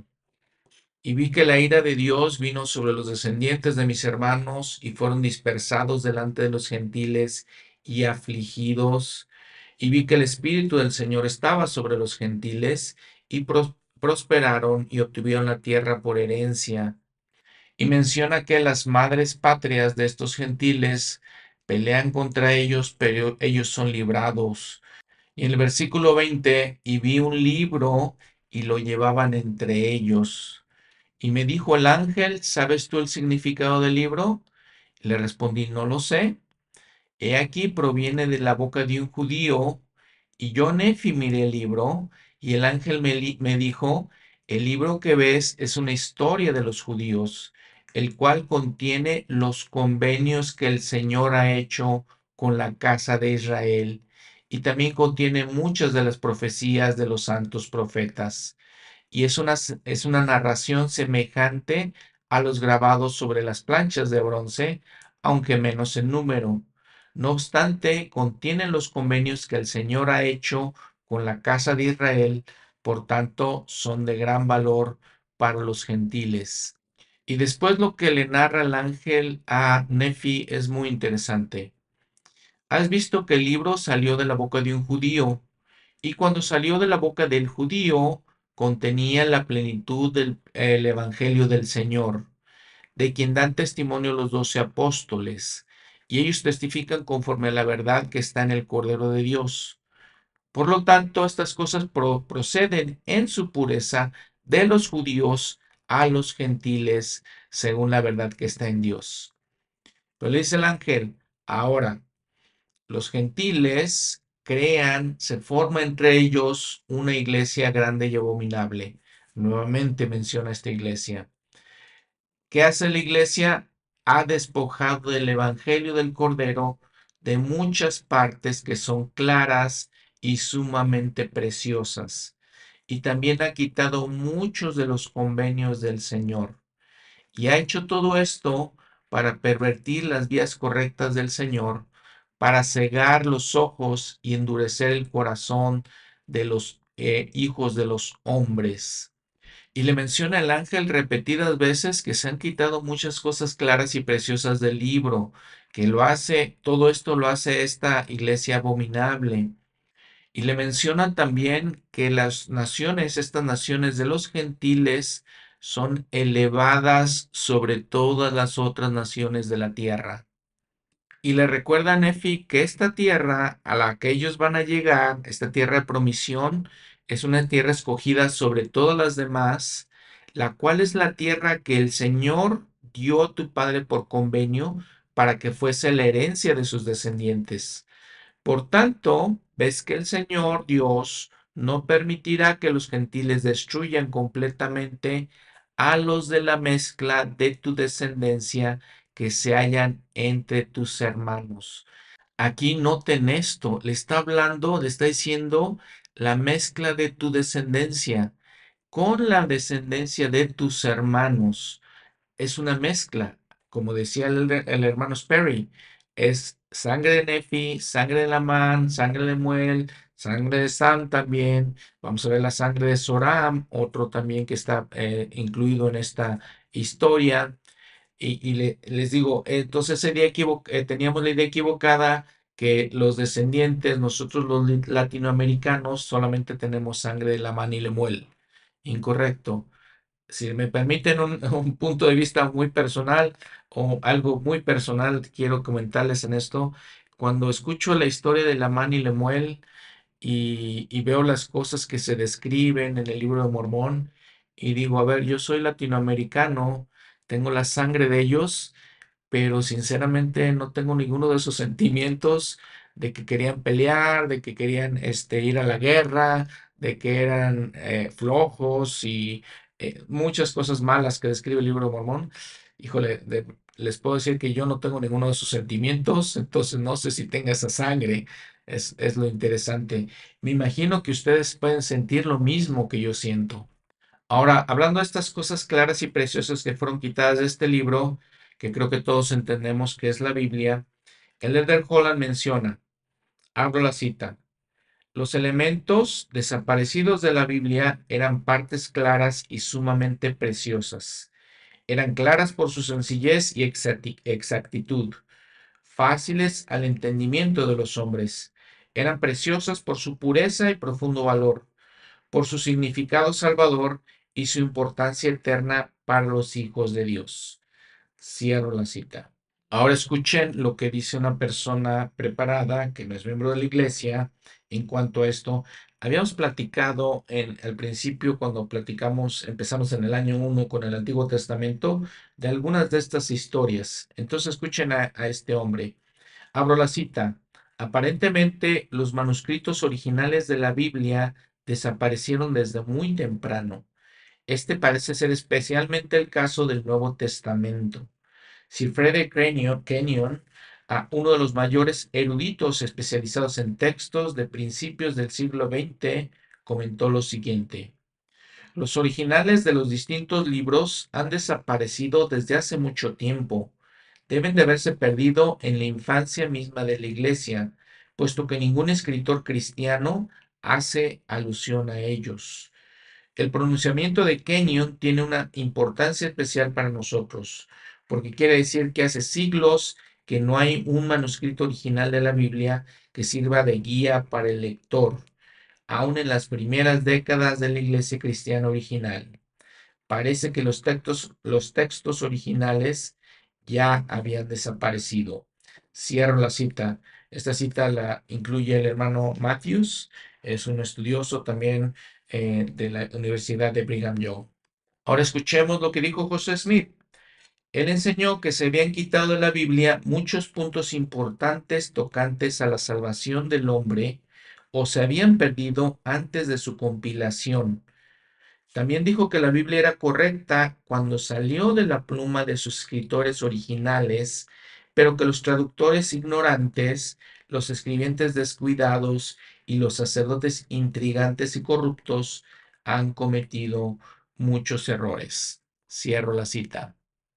Y vi que la ira de Dios vino sobre los descendientes de mis hermanos y fueron dispersados delante de los gentiles y afligidos. Y vi que el Espíritu del Señor estaba sobre los gentiles y pros- prosperaron y obtuvieron la tierra por herencia. Y menciona que las madres patrias de estos gentiles pelean contra ellos, pero ellos son librados. Y en el versículo veinte, y vi un libro y lo llevaban entre ellos. Y me dijo el ángel, ¿sabes tú el significado del libro? Le respondí, no lo sé. He aquí proviene de la boca de un judío, y yo Nefi miré el libro, y el ángel me, li- me dijo, el libro que ves es una historia de los judíos, el cual contiene los convenios que el Señor ha hecho con la casa de Israel, y también contiene muchas de las profecías de los santos profetas y es una, es una narración semejante a los grabados sobre las planchas de bronce, aunque menos en número. No obstante, contienen los convenios que el Señor ha hecho con la casa de Israel, por tanto, son de gran valor para los gentiles. Y después lo que le narra el ángel a Nefi es muy interesante. Has visto que el libro salió de la boca de un judío, y cuando salió de la boca del judío, contenía la plenitud del el Evangelio del Señor, de quien dan testimonio los doce apóstoles, y ellos testifican conforme a la verdad que está en el Cordero de Dios. Por lo tanto, estas cosas pro- proceden en su pureza de los judíos a los gentiles, según la verdad que está en Dios. Pero le dice el ángel, ahora, los gentiles crean, se forma entre ellos una iglesia grande y abominable. Nuevamente menciona esta iglesia. ¿Qué hace la iglesia? Ha despojado del evangelio del Cordero de muchas partes que son claras y sumamente preciosas. Y también ha quitado muchos de los convenios del Señor. Y ha hecho todo esto para pervertir las vías correctas del Señor, para cegar los ojos y endurecer el corazón de los eh, hijos de los hombres. Y le menciona el ángel repetidas veces que se han quitado muchas cosas claras y preciosas del libro, que lo hace, todo esto lo hace esta iglesia abominable. Y le mencionan también que las naciones, estas naciones de los gentiles, son elevadas sobre todas las otras naciones de la tierra. Y le recuerda a Nefi que esta tierra a la que ellos van a llegar, esta tierra de promisión, es una tierra escogida sobre todas las demás, la cual es la tierra que el Señor dio a tu padre por convenio para que fuese la herencia de sus descendientes. Por tanto, ves que el Señor Dios no permitirá que los gentiles destruyan completamente a los de la mezcla de tu descendencia que se hallan entre tus hermanos. Aquí noten esto, le está hablando, le está diciendo la mezcla de tu descendencia con la descendencia de tus hermanos es una mezcla, como decía el, el hermano Sperry, es sangre de Nefi, sangre de Lamán, sangre de Muel, sangre de Sam también. Vamos a ver la sangre de Soram, otro también que está eh, incluido en esta historia. Y, y le- les digo, entonces ese día equivo- eh, teníamos la idea equivocada que los descendientes, nosotros los li- latinoamericanos, solamente tenemos sangre de Lamán y Lemuel. Incorrecto. Si me permiten un, un punto de vista muy personal o algo muy personal, quiero comentarles en esto. Cuando escucho la historia de Lamán y Lemuel y, y veo las cosas que se describen en el libro de Mormón, y digo, a ver, yo soy latinoamericano, tengo la sangre de ellos, pero sinceramente no tengo ninguno de esos sentimientos de que querían pelear, de que querían este, ir a la guerra, de que eran eh, flojos y eh, muchas cosas malas que describe el libro de Mormón. Híjole, de- les puedo decir que yo no tengo ninguno de esos sentimientos, entonces no sé si tenga esa sangre. Es, es lo interesante. Me imagino que ustedes pueden sentir lo mismo que yo siento. Ahora, hablando de estas cosas claras y preciosas que fueron quitadas de este libro, que creo que todos entendemos que es la Biblia, el Elder Holland menciona, abro la cita, los elementos desaparecidos de la Biblia eran partes claras y sumamente preciosas. Eran claras por su sencillez y exacti- exactitud, fáciles al entendimiento de los hombres. Eran preciosas por su pureza y profundo valor, por su significado salvador y su importancia eterna para los hijos de Dios. Cierro la cita. Ahora escuchen lo que dice una persona preparada que no es miembro de la iglesia en cuanto a esto. Habíamos platicado en el principio, cuando platicamos, empezamos en el año uno con el Antiguo Testamento, de algunas de estas historias. Entonces escuchen a, a este hombre. Abro la cita. Aparentemente, los manuscritos originales de la Biblia desaparecieron desde muy temprano. Este parece ser especialmente el caso del Nuevo Testamento. Sir Frederick Kenyon, Kenyon, a uno de los mayores eruditos especializados en textos de principios del siglo veinte, comentó lo siguiente. Los originales de los distintos libros han desaparecido desde hace mucho tiempo. Deben de haberse perdido en la infancia misma de la Iglesia, puesto que ningún escritor cristiano hace alusión a ellos. El pronunciamiento de Kenyon tiene una importancia especial para nosotros, porque quiere decir que hace siglos que no hay un manuscrito original de la Biblia que sirva de guía para el lector, aun en las primeras décadas de la Iglesia cristiana original. Parece que los textos, los textos originales ya habían desaparecido. Cierro la cita. Esta cita la incluye el hermano Matthews, es un estudioso también eh, de la Universidad de Brigham Young. Ahora escuchemos lo que dijo José Smith. Él enseñó que se habían quitado de la Biblia muchos puntos importantes tocantes a la salvación del hombre o se habían perdido antes de su compilación. También dijo que la Biblia era correcta cuando salió de la pluma de sus escritores originales, pero que los traductores ignorantes, los escribientes descuidados y los sacerdotes intrigantes y corruptos han cometido muchos errores. Cierro la cita.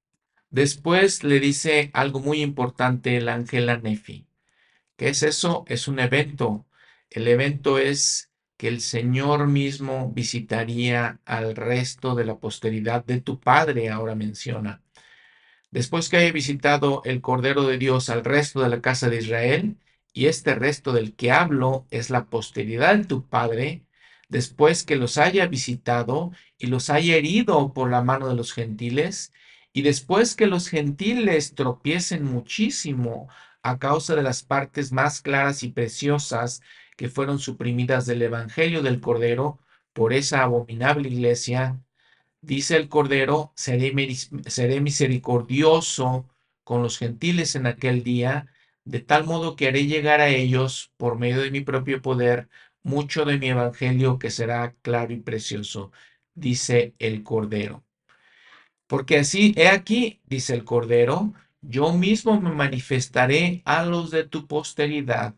Después le dice algo muy importante el ángel a Nefi. ¿Qué es eso? Es un evento. El evento es que el Señor mismo visitaría al resto de la posteridad de tu padre, ahora menciona. Después que haya visitado el Cordero de Dios al resto de la casa de Israel, y este resto del que hablo es la posteridad de tu padre, después que los haya visitado y los haya herido por la mano de los gentiles, y después que los gentiles tropiecen muchísimo a causa de las partes más claras y preciosas que fueron suprimidas del Evangelio del Cordero por esa abominable iglesia, dice el Cordero, seré, seré misericordioso con los gentiles en aquel día, de tal modo que haré llegar a ellos, por medio de mi propio poder, mucho de mi evangelio que será claro y precioso, dice el Cordero. Porque así, he aquí, dice el Cordero, yo mismo me manifestaré a los de tu posteridad,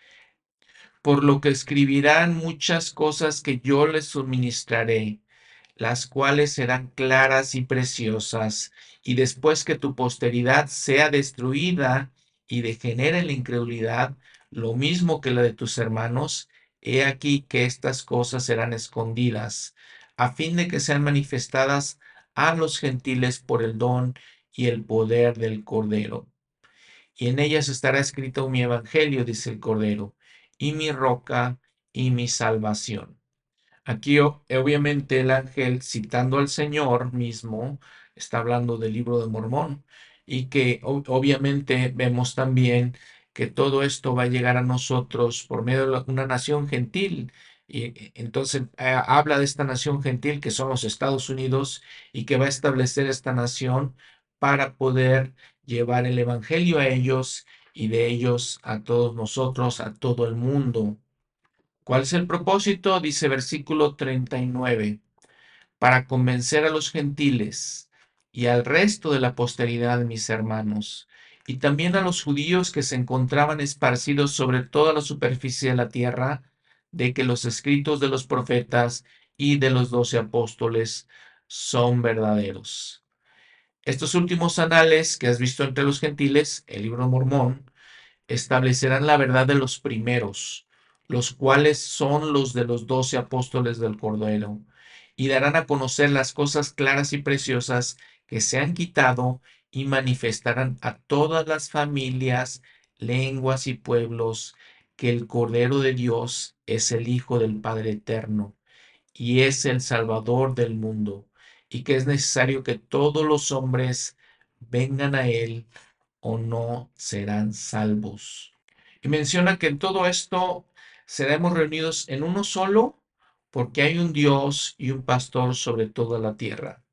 por lo que escribirán muchas cosas que yo les suministraré, las cuales serán claras y preciosas, y después que tu posteridad sea destruida y degenere en la incredulidad, lo mismo que la de tus hermanos, he aquí que estas cosas serán escondidas, a fin de que sean manifestadas a los gentiles por el don y el poder del Cordero. Y en ellas estará escrito mi evangelio, dice el Cordero, y mi roca y mi salvación. Aquí obviamente el ángel citando al Señor mismo está hablando del libro de Mormón y que obviamente vemos también que todo esto va a llegar a nosotros por medio de una nación gentil Y eh, entonces eh, habla de esta nación gentil que son los Estados Unidos y que va a establecer esta nación para poder llevar el evangelio a ellos y de ellos a todos nosotros, a todo el mundo. ¿Cuál es el propósito? Dice versículo treinta y nueve, para convencer a los gentiles y al resto de la posteridad, mis hermanos, y también a los judíos que se encontraban esparcidos sobre toda la superficie de la tierra, de que los escritos de los profetas y de los doce apóstoles son verdaderos. Estos últimos anales que has visto entre los gentiles, el libro de Mormón, establecerán la verdad de los primeros, los cuales son los de los doce apóstoles del Cordero, y darán a conocer las cosas claras y preciosas que se han quitado y manifestarán a todas las familias, lenguas y pueblos que el Cordero de Dios es el Hijo del Padre Eterno y es el Salvador del mundo, y que es necesario que todos los hombres vengan a Él o no serán salvos. Y menciona que en todo esto seremos reunidos en uno solo, porque hay un Dios y un pastor sobre toda la tierra.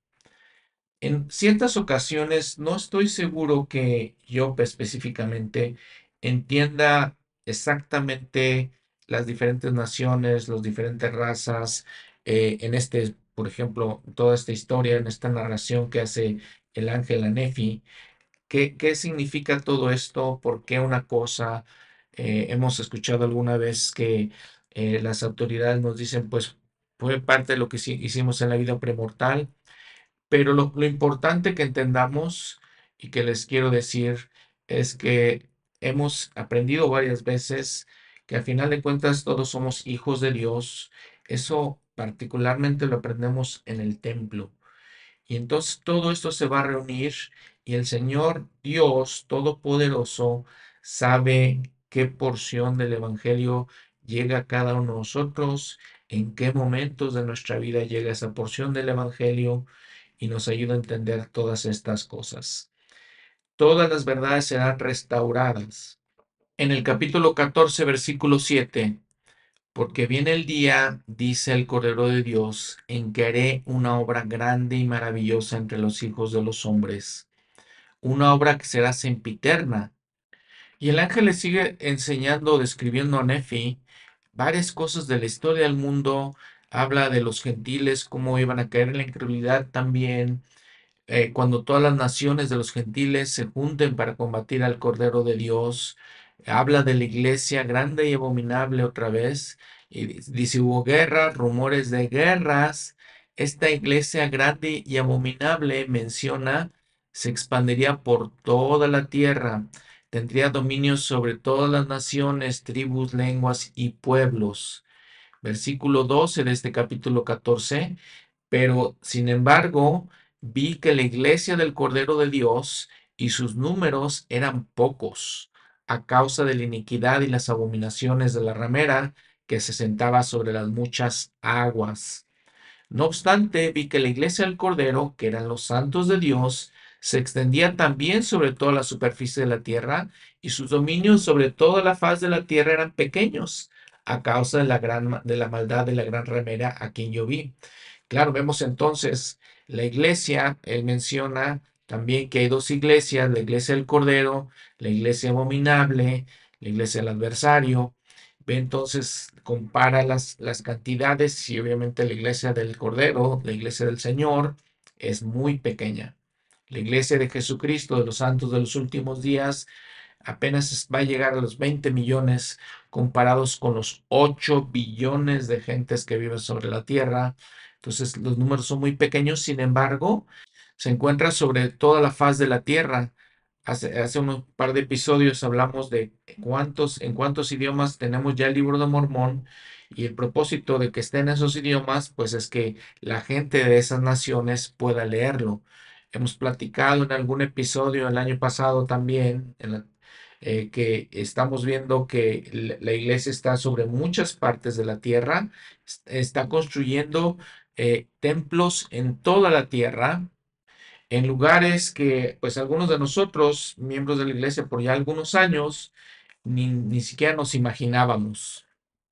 En ciertas ocasiones no estoy seguro que yo específicamente entienda exactamente las diferentes naciones, las diferentes razas, eh, en este, por ejemplo, toda esta historia, en esta narración que hace el ángel a Nefi. ¿Qué, qué significa todo esto? ¿Por qué una cosa? Eh, hemos escuchado alguna vez que eh, las autoridades nos dicen, pues fue parte de lo que sí hicimos en la vida premortal, pero lo, lo importante que entendamos y que les quiero decir es que hemos aprendido varias veces que al final de cuentas todos somos hijos de Dios. Eso particularmente lo aprendemos en el templo. Y entonces todo esto se va a reunir y el Señor Dios Todopoderoso sabe qué porción del Evangelio llega a cada uno de nosotros, en qué momentos de nuestra vida llega esa porción del Evangelio y nos ayuda a entender todas estas cosas. Todas las verdades serán restauradas. En el capítulo catorce, versículo siete, porque viene el día, dice el Cordero de Dios, en que haré una obra grande y maravillosa entre los hijos de los hombres, una obra que será sempiterna. Y el ángel le sigue enseñando, describiendo a Nefi varias cosas de la historia del mundo, habla de los gentiles, cómo iban a caer en la incredulidad también, eh, cuando todas las naciones de los gentiles se junten para combatir al Cordero de Dios. Habla de la iglesia grande y abominable otra vez. Y dice, hubo guerras, rumores de guerras. Esta iglesia grande y abominable menciona, se expandiría por toda la tierra. Tendría dominio sobre todas las naciones, tribus, lenguas y pueblos. Versículo doce de este capítulo catorce. Pero, sin embargo, vi que la iglesia del Cordero de Dios y sus números eran pocos, a causa de la iniquidad y las abominaciones de la ramera que se sentaba sobre las muchas aguas. No obstante, vi que la iglesia del Cordero, que eran los santos de Dios, se extendía también sobre toda la superficie de la tierra, y sus dominios sobre toda la faz de la tierra eran pequeños, a causa de la gran de la maldad de la gran ramera a quien yo vi. Claro, vemos entonces la iglesia, él menciona también que hay dos iglesias, la iglesia del Cordero, la iglesia abominable, la iglesia del adversario. Ve entonces, compara las, las cantidades y obviamente la iglesia del Cordero, la iglesia del Señor, es muy pequeña. La iglesia de Jesucristo, de los santos de los últimos días, apenas va a llegar a los veinte millones comparados con los ocho billones de gentes que viven sobre la tierra. Entonces los números son muy pequeños, sin embargo, se encuentra sobre toda la faz de la tierra. Hace, hace un par de episodios hablamos de cuántos, en cuántos idiomas tenemos ya el libro de Mormón, y el propósito de que esté en esos idiomas, pues es que la gente de esas naciones pueda leerlo. Hemos platicado en algún episodio el año pasado también, en la- eh, que estamos viendo que la la iglesia está sobre muchas partes de la tierra, es- está construyendo eh, templos en toda la tierra, en lugares que pues algunos de nosotros, miembros de la iglesia por ya algunos años, ni, ni siquiera nos imaginábamos.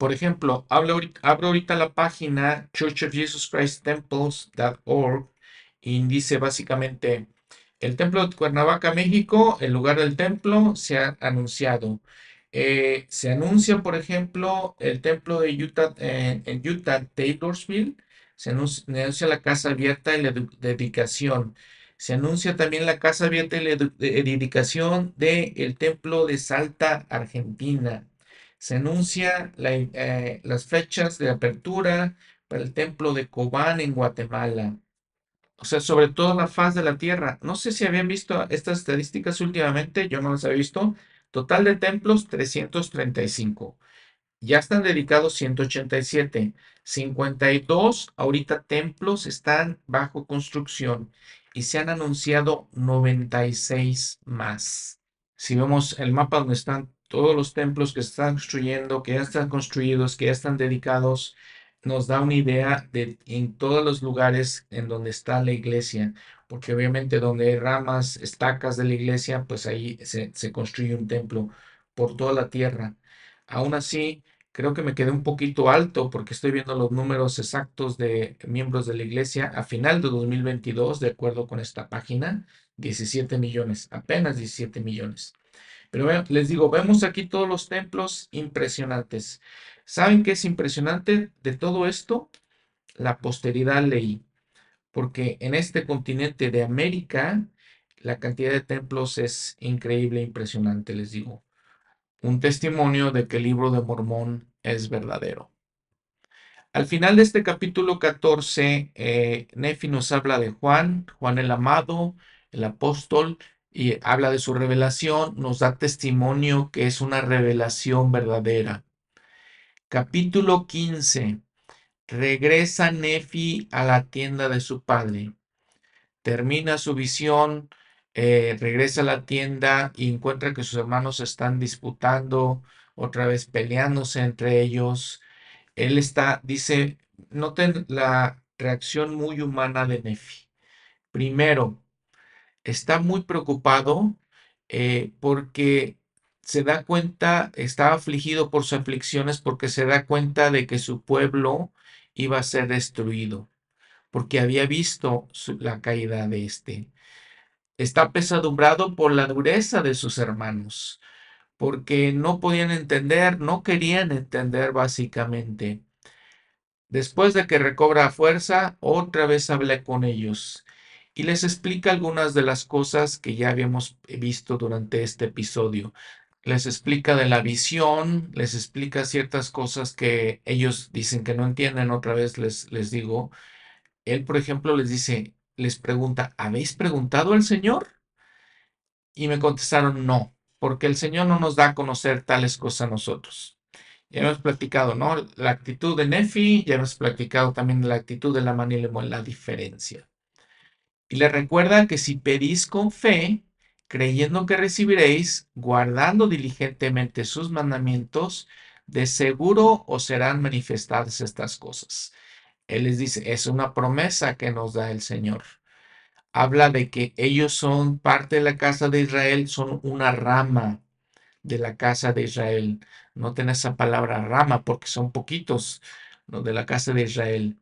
Por ejemplo, hablo ahorita- abro ahorita la página church of jesus christ temples punto org y dice básicamente, el templo de Cuernavaca, México, el lugar del templo se ha anunciado. Eh, se anuncia, por ejemplo, el templo de Utah, en, en Utah, Taylorsville, se anuncia, se anuncia la casa abierta y la edu- dedicación. Se anuncia también la casa abierta y la edu- de- dedicación del templo de Salta, Argentina. Se anuncia la- eh, las fechas de apertura para el templo de Cobán en Guatemala. O sea, sobre toda la faz de la tierra. No sé si habían visto estas estadísticas últimamente, yo no las había visto. Total de templos, trescientos treinta y cinco. Ya están dedicados ciento ochenta y siete. cincuenta y dos ahorita templos están bajo construcción y se han anunciado noventa y seis más. Si vemos el mapa donde están todos los templos que se están construyendo, que ya están construidos, que ya están dedicados, nos da una idea de en todos los lugares en donde está la iglesia, porque obviamente donde hay ramas, estacas de la iglesia, pues ahí se, se construye un templo por toda la tierra. Aún así, creo que me quedé un poquito alto porque estoy viendo los números exactos de miembros de la iglesia a final de dos mil veintidós, de acuerdo con esta página, diecisiete millones, apenas diecisiete millones. Pero vean, les digo, vemos aquí todos los templos impresionantes. ¿Saben qué es impresionante de todo esto? La posteridad leí, porque en este continente de América la cantidad de templos es increíble, impresionante, les digo. Un testimonio de que el libro de Mormón es verdadero. Al final de este capítulo catorce, eh, Nefi nos habla de Juan, Juan el amado, el apóstol, y habla de su revelación, nos da testimonio que es una revelación verdadera. Capítulo quince, regresa Nefi a la tienda de su padre, termina su visión, eh, regresa a la tienda y encuentra que sus hermanos están disputando, otra vez peleándose entre ellos. Él está, dice, noten la reacción muy humana de Nefi. Primero, está muy preocupado eh, porque se da cuenta, está afligido por sus aflicciones porque se da cuenta de que su pueblo iba a ser destruido, porque había visto su- la caída de este. Está apesadumbrado por la dureza de sus hermanos, porque no podían entender, no querían entender básicamente. Después de que recobra fuerza, otra vez habla con ellos y les explica algunas de las cosas que ya habíamos visto durante este episodio. Les explica de la visión, les explica ciertas cosas que ellos dicen que no entienden. Otra vez les, les digo, él, por ejemplo, les dice, les pregunta, ¿habéis preguntado al Señor? Y me contestaron, no, porque el Señor no nos da a conocer tales cosas a nosotros. Ya hemos platicado, ¿no? La actitud de Nefi, ya hemos platicado también de la actitud de la Manilemo, la diferencia. Y le recuerda que si pedís con fe, creyendo que recibiréis, guardando diligentemente sus mandamientos, de seguro os serán manifestadas estas cosas. Él les dice, es una promesa que nos da el Señor. Habla de que ellos son parte de la casa de Israel, son una rama de la casa de Israel. Noten esa palabra rama porque son poquitos los de la casa de Israel.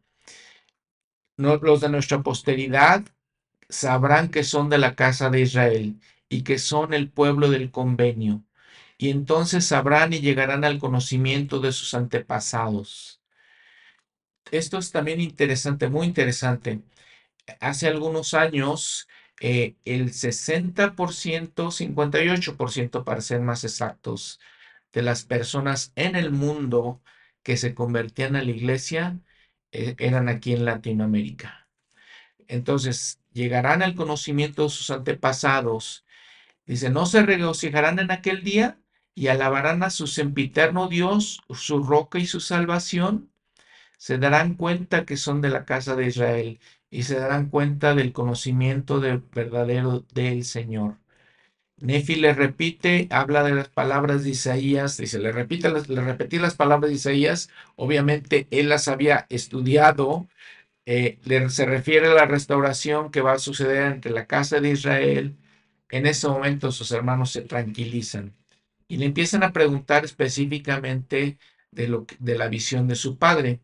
No, los de nuestra posteridad sabrán que son de la casa de Israel y que son el pueblo del convenio. Y entonces sabrán y llegarán al conocimiento de sus antepasados. Esto es también interesante, muy interesante. Hace algunos años, eh, el sesenta por ciento, cincuenta y ocho por ciento para ser más exactos, de las personas en el mundo que se convertían a la iglesia eh, eran aquí en Latinoamérica. Entonces, llegarán al conocimiento de sus antepasados. Dice, no se regocijarán en aquel día y alabarán a su sempiterno Dios, su roca y su salvación. Se darán cuenta que son de la casa de Israel y se darán cuenta del conocimiento del verdadero del Señor. Nefi le repite, habla de las palabras de Isaías, dice, le repite, le repetí las palabras de Isaías, obviamente él las había estudiado, eh, le, se refiere a la restauración que va a suceder entre la casa de Israel. En ese momento sus hermanos se tranquilizan y le empiezan a preguntar específicamente de, lo, de la visión de su padre.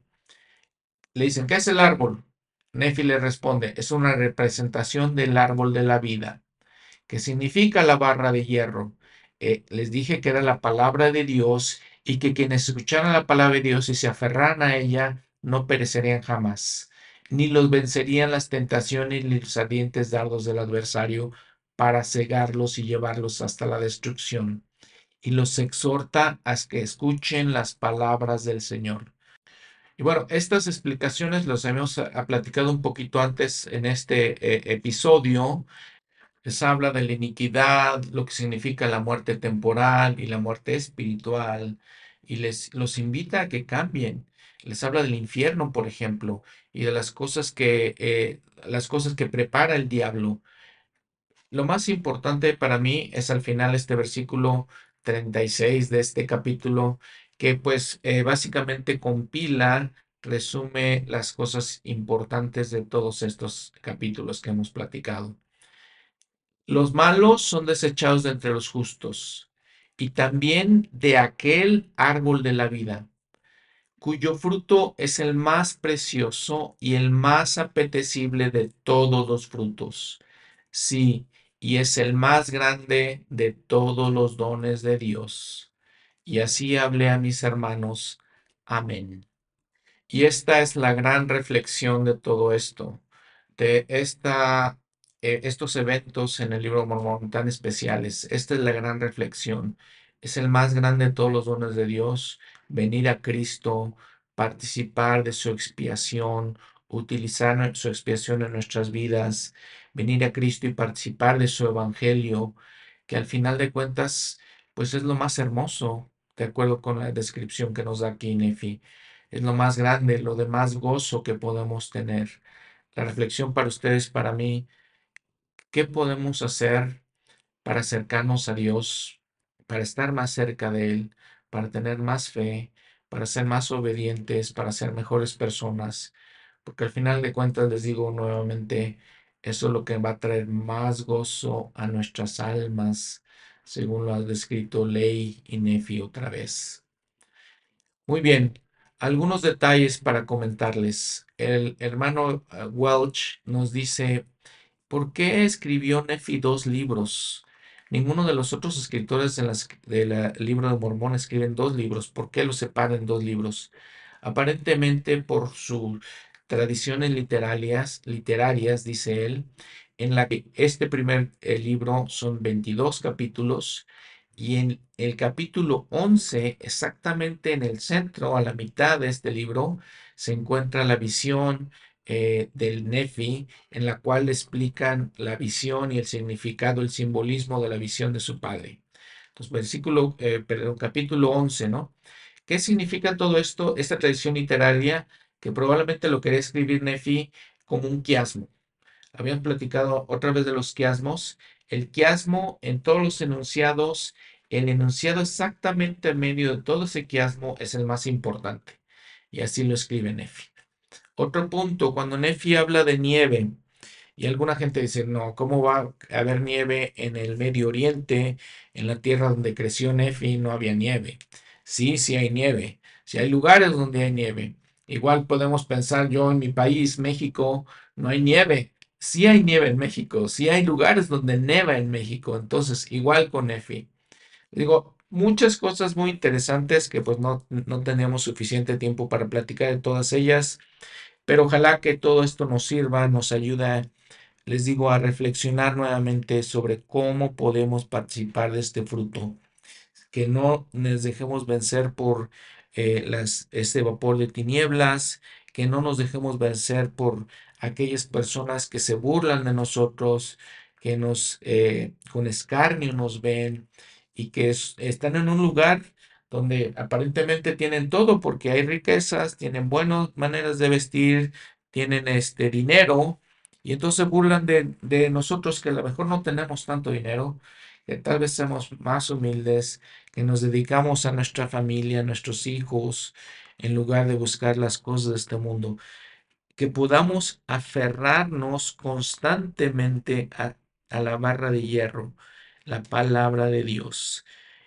Le dicen, ¿qué es el árbol? Nefi le responde, es una representación del árbol de la vida. ¿Qué significa la barra de hierro? Eh, les dije que era la palabra de Dios y que quienes escucharan la palabra de Dios y se aferraran a ella no perecerían jamás, ni los vencerían las tentaciones ni los ardientes dardos del adversario para cegarlos y llevarlos hasta la destrucción. Y los exhorta a que escuchen las palabras del Señor. Y bueno, estas explicaciones las hemos ah, platicado un poquito antes en este eh, episodio. Les habla de la iniquidad, lo que significa la muerte temporal y la muerte espiritual, y les los invita a que cambien. Les habla del infierno, por ejemplo, y de las cosas que eh, las cosas que prepara el diablo. Lo más importante para mí es al final este versículo treinta y seis de este capítulo, que pues eh, básicamente compila, resume las cosas importantes de todos estos capítulos que hemos platicado. Los malos son desechados de entre los justos, y también de aquel árbol de la vida, cuyo fruto es el más precioso y el más apetecible de todos los frutos. Sí, y es el más grande de todos los dones de Dios. Y así hablé a mis hermanos. Amén. Y esta es la gran reflexión de todo esto, de esta, eh, estos eventos en el libro de Mormón tan especiales. Esta es la gran reflexión. Es el más grande de todos los dones de Dios, venir a Cristo, participar de su expiación, utilizar su expiación en nuestras vidas, venir a Cristo y participar de su evangelio, que al final de cuentas, pues es lo más hermoso, de acuerdo con la descripción que nos da aquí Nefi. Es lo más grande, lo de más gozo que podemos tener. La reflexión para ustedes, para mí, ¿qué podemos hacer para acercarnos a Dios, para estar más cerca de Él, para tener más fe, para ser más obedientes, para ser mejores personas? Porque al final de cuentas, les digo nuevamente, eso es lo que va a traer más gozo a nuestras almas, según lo ha descrito Ley y Nefi otra vez. Muy bien, algunos detalles para comentarles. El hermano eh, Welch nos dice, ¿por qué escribió Nefi dos libros? Ninguno de los otros escritores del de la- libro de Mormón escriben dos libros. ¿Por qué los separan en dos libros? Aparentemente por sus tradiciones literarias, literarias, dice él, en la que este primer eh, libro son veintidós capítulos y en el capítulo once, exactamente en el centro, a la mitad de este libro, se encuentra la visión eh, del Nefi, en la cual explican la visión y el significado, el simbolismo de la visión de su padre. Entonces, versículo, eh, perdón, capítulo once, ¿no? ¿Qué significa todo esto? Esta tradición literaria que probablemente lo quería escribir Nefi como un quiasmo. Habían platicado otra vez de los quiasmos. El quiasmo en todos los enunciados, el enunciado exactamente en medio de todo ese quiasmo es el más importante. Y así lo escribe Nefi. Otro punto, cuando Nefi habla de nieve, y alguna gente dice, no, ¿cómo va a haber nieve en el Medio Oriente, en la tierra donde creció Nefi, no había nieve? Sí, sí hay nieve, sí hay lugares donde hay nieve. Igual podemos pensar yo en mi país, México, no hay nieve. Sí hay nieve en México, sí hay lugares donde neva en México. Entonces, igual con Nefi. Digo, muchas cosas muy interesantes que pues no, no teníamos suficiente tiempo para platicar de todas ellas, pero ojalá que todo esto nos sirva, nos ayude, les digo, a reflexionar nuevamente sobre cómo podemos participar de este fruto, que no nos dejemos vencer por eh, las, este vapor de tinieblas, que no nos dejemos vencer por aquellas personas que se burlan de nosotros, que nos eh, con escarnio nos ven y que es- están en un lugar donde aparentemente tienen todo porque hay riquezas, tienen buenas maneras de vestir, tienen este dinero y entonces se burlan de, de nosotros que a lo mejor no tenemos tanto dinero, que tal vez seamos más humildes, que nos dedicamos a nuestra familia, a nuestros hijos, en lugar de buscar las cosas de este mundo, que podamos aferrarnos constantemente a, a la barra de hierro, la palabra de Dios,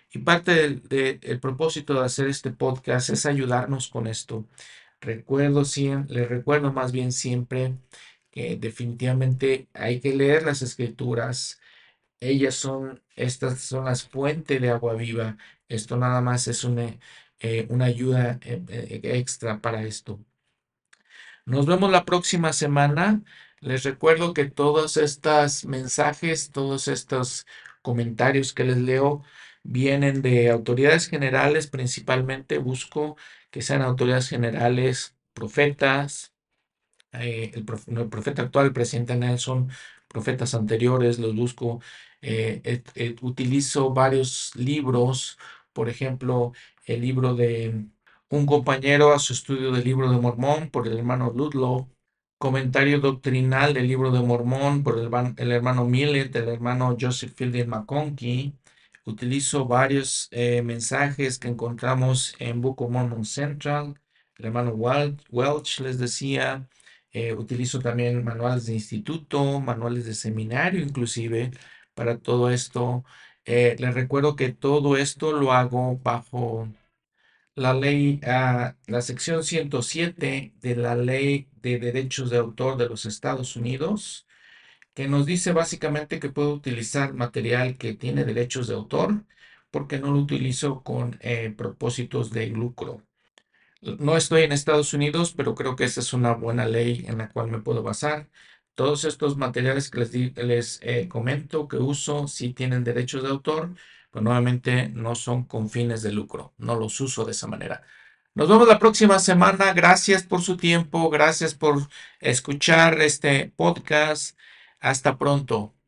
Y parte del, de- el propósito de hacer este podcast es ayudarnos con esto. Recuerdo siempre, les recuerdo más bien siempre que definitivamente hay que leer las escrituras. Ellas son, estas son las fuentes de agua viva. Esto nada más es una, eh, una ayuda eh, eh, extra para esto. Nos vemos la próxima semana. Les recuerdo que todos estos mensajes, todos estos comentarios que les leo vienen de autoridades generales, principalmente busco que sean autoridades generales, profetas, eh, el, prof- no, el profeta actual, el presidente Nelson, profetas anteriores, los busco. Eh, et- et- utilizo varios libros, por ejemplo, el libro de un compañero a su estudio del libro de Mormón por el hermano Ludlow, comentario doctrinal del libro de Mormón por el, van- el hermano Millet, el hermano Joseph Fielding McConkie. Utilizo varios eh, mensajes que encontramos en Book of Mormon Central. El hermano Wel- Welch les decía. Eh, utilizo también manuales de instituto, manuales de seminario, inclusive para todo esto. Eh, les recuerdo que todo esto lo hago bajo la ley, ah, la sección ciento siete de la Ley de Derechos de Autor de los Estados Unidos, que nos dice básicamente que puedo utilizar material que tiene derechos de autor porque no lo utilizo con eh, propósitos de lucro. No estoy en Estados Unidos, pero creo que esa es una buena ley en la cual me puedo basar. Todos estos materiales que les, di- les eh, comento que uso sí tienen derechos de autor, pero nuevamente no son con fines de lucro. No los uso de esa manera. Nos vemos la próxima semana. Gracias por su tiempo. Gracias por escuchar este podcast. Hasta pronto.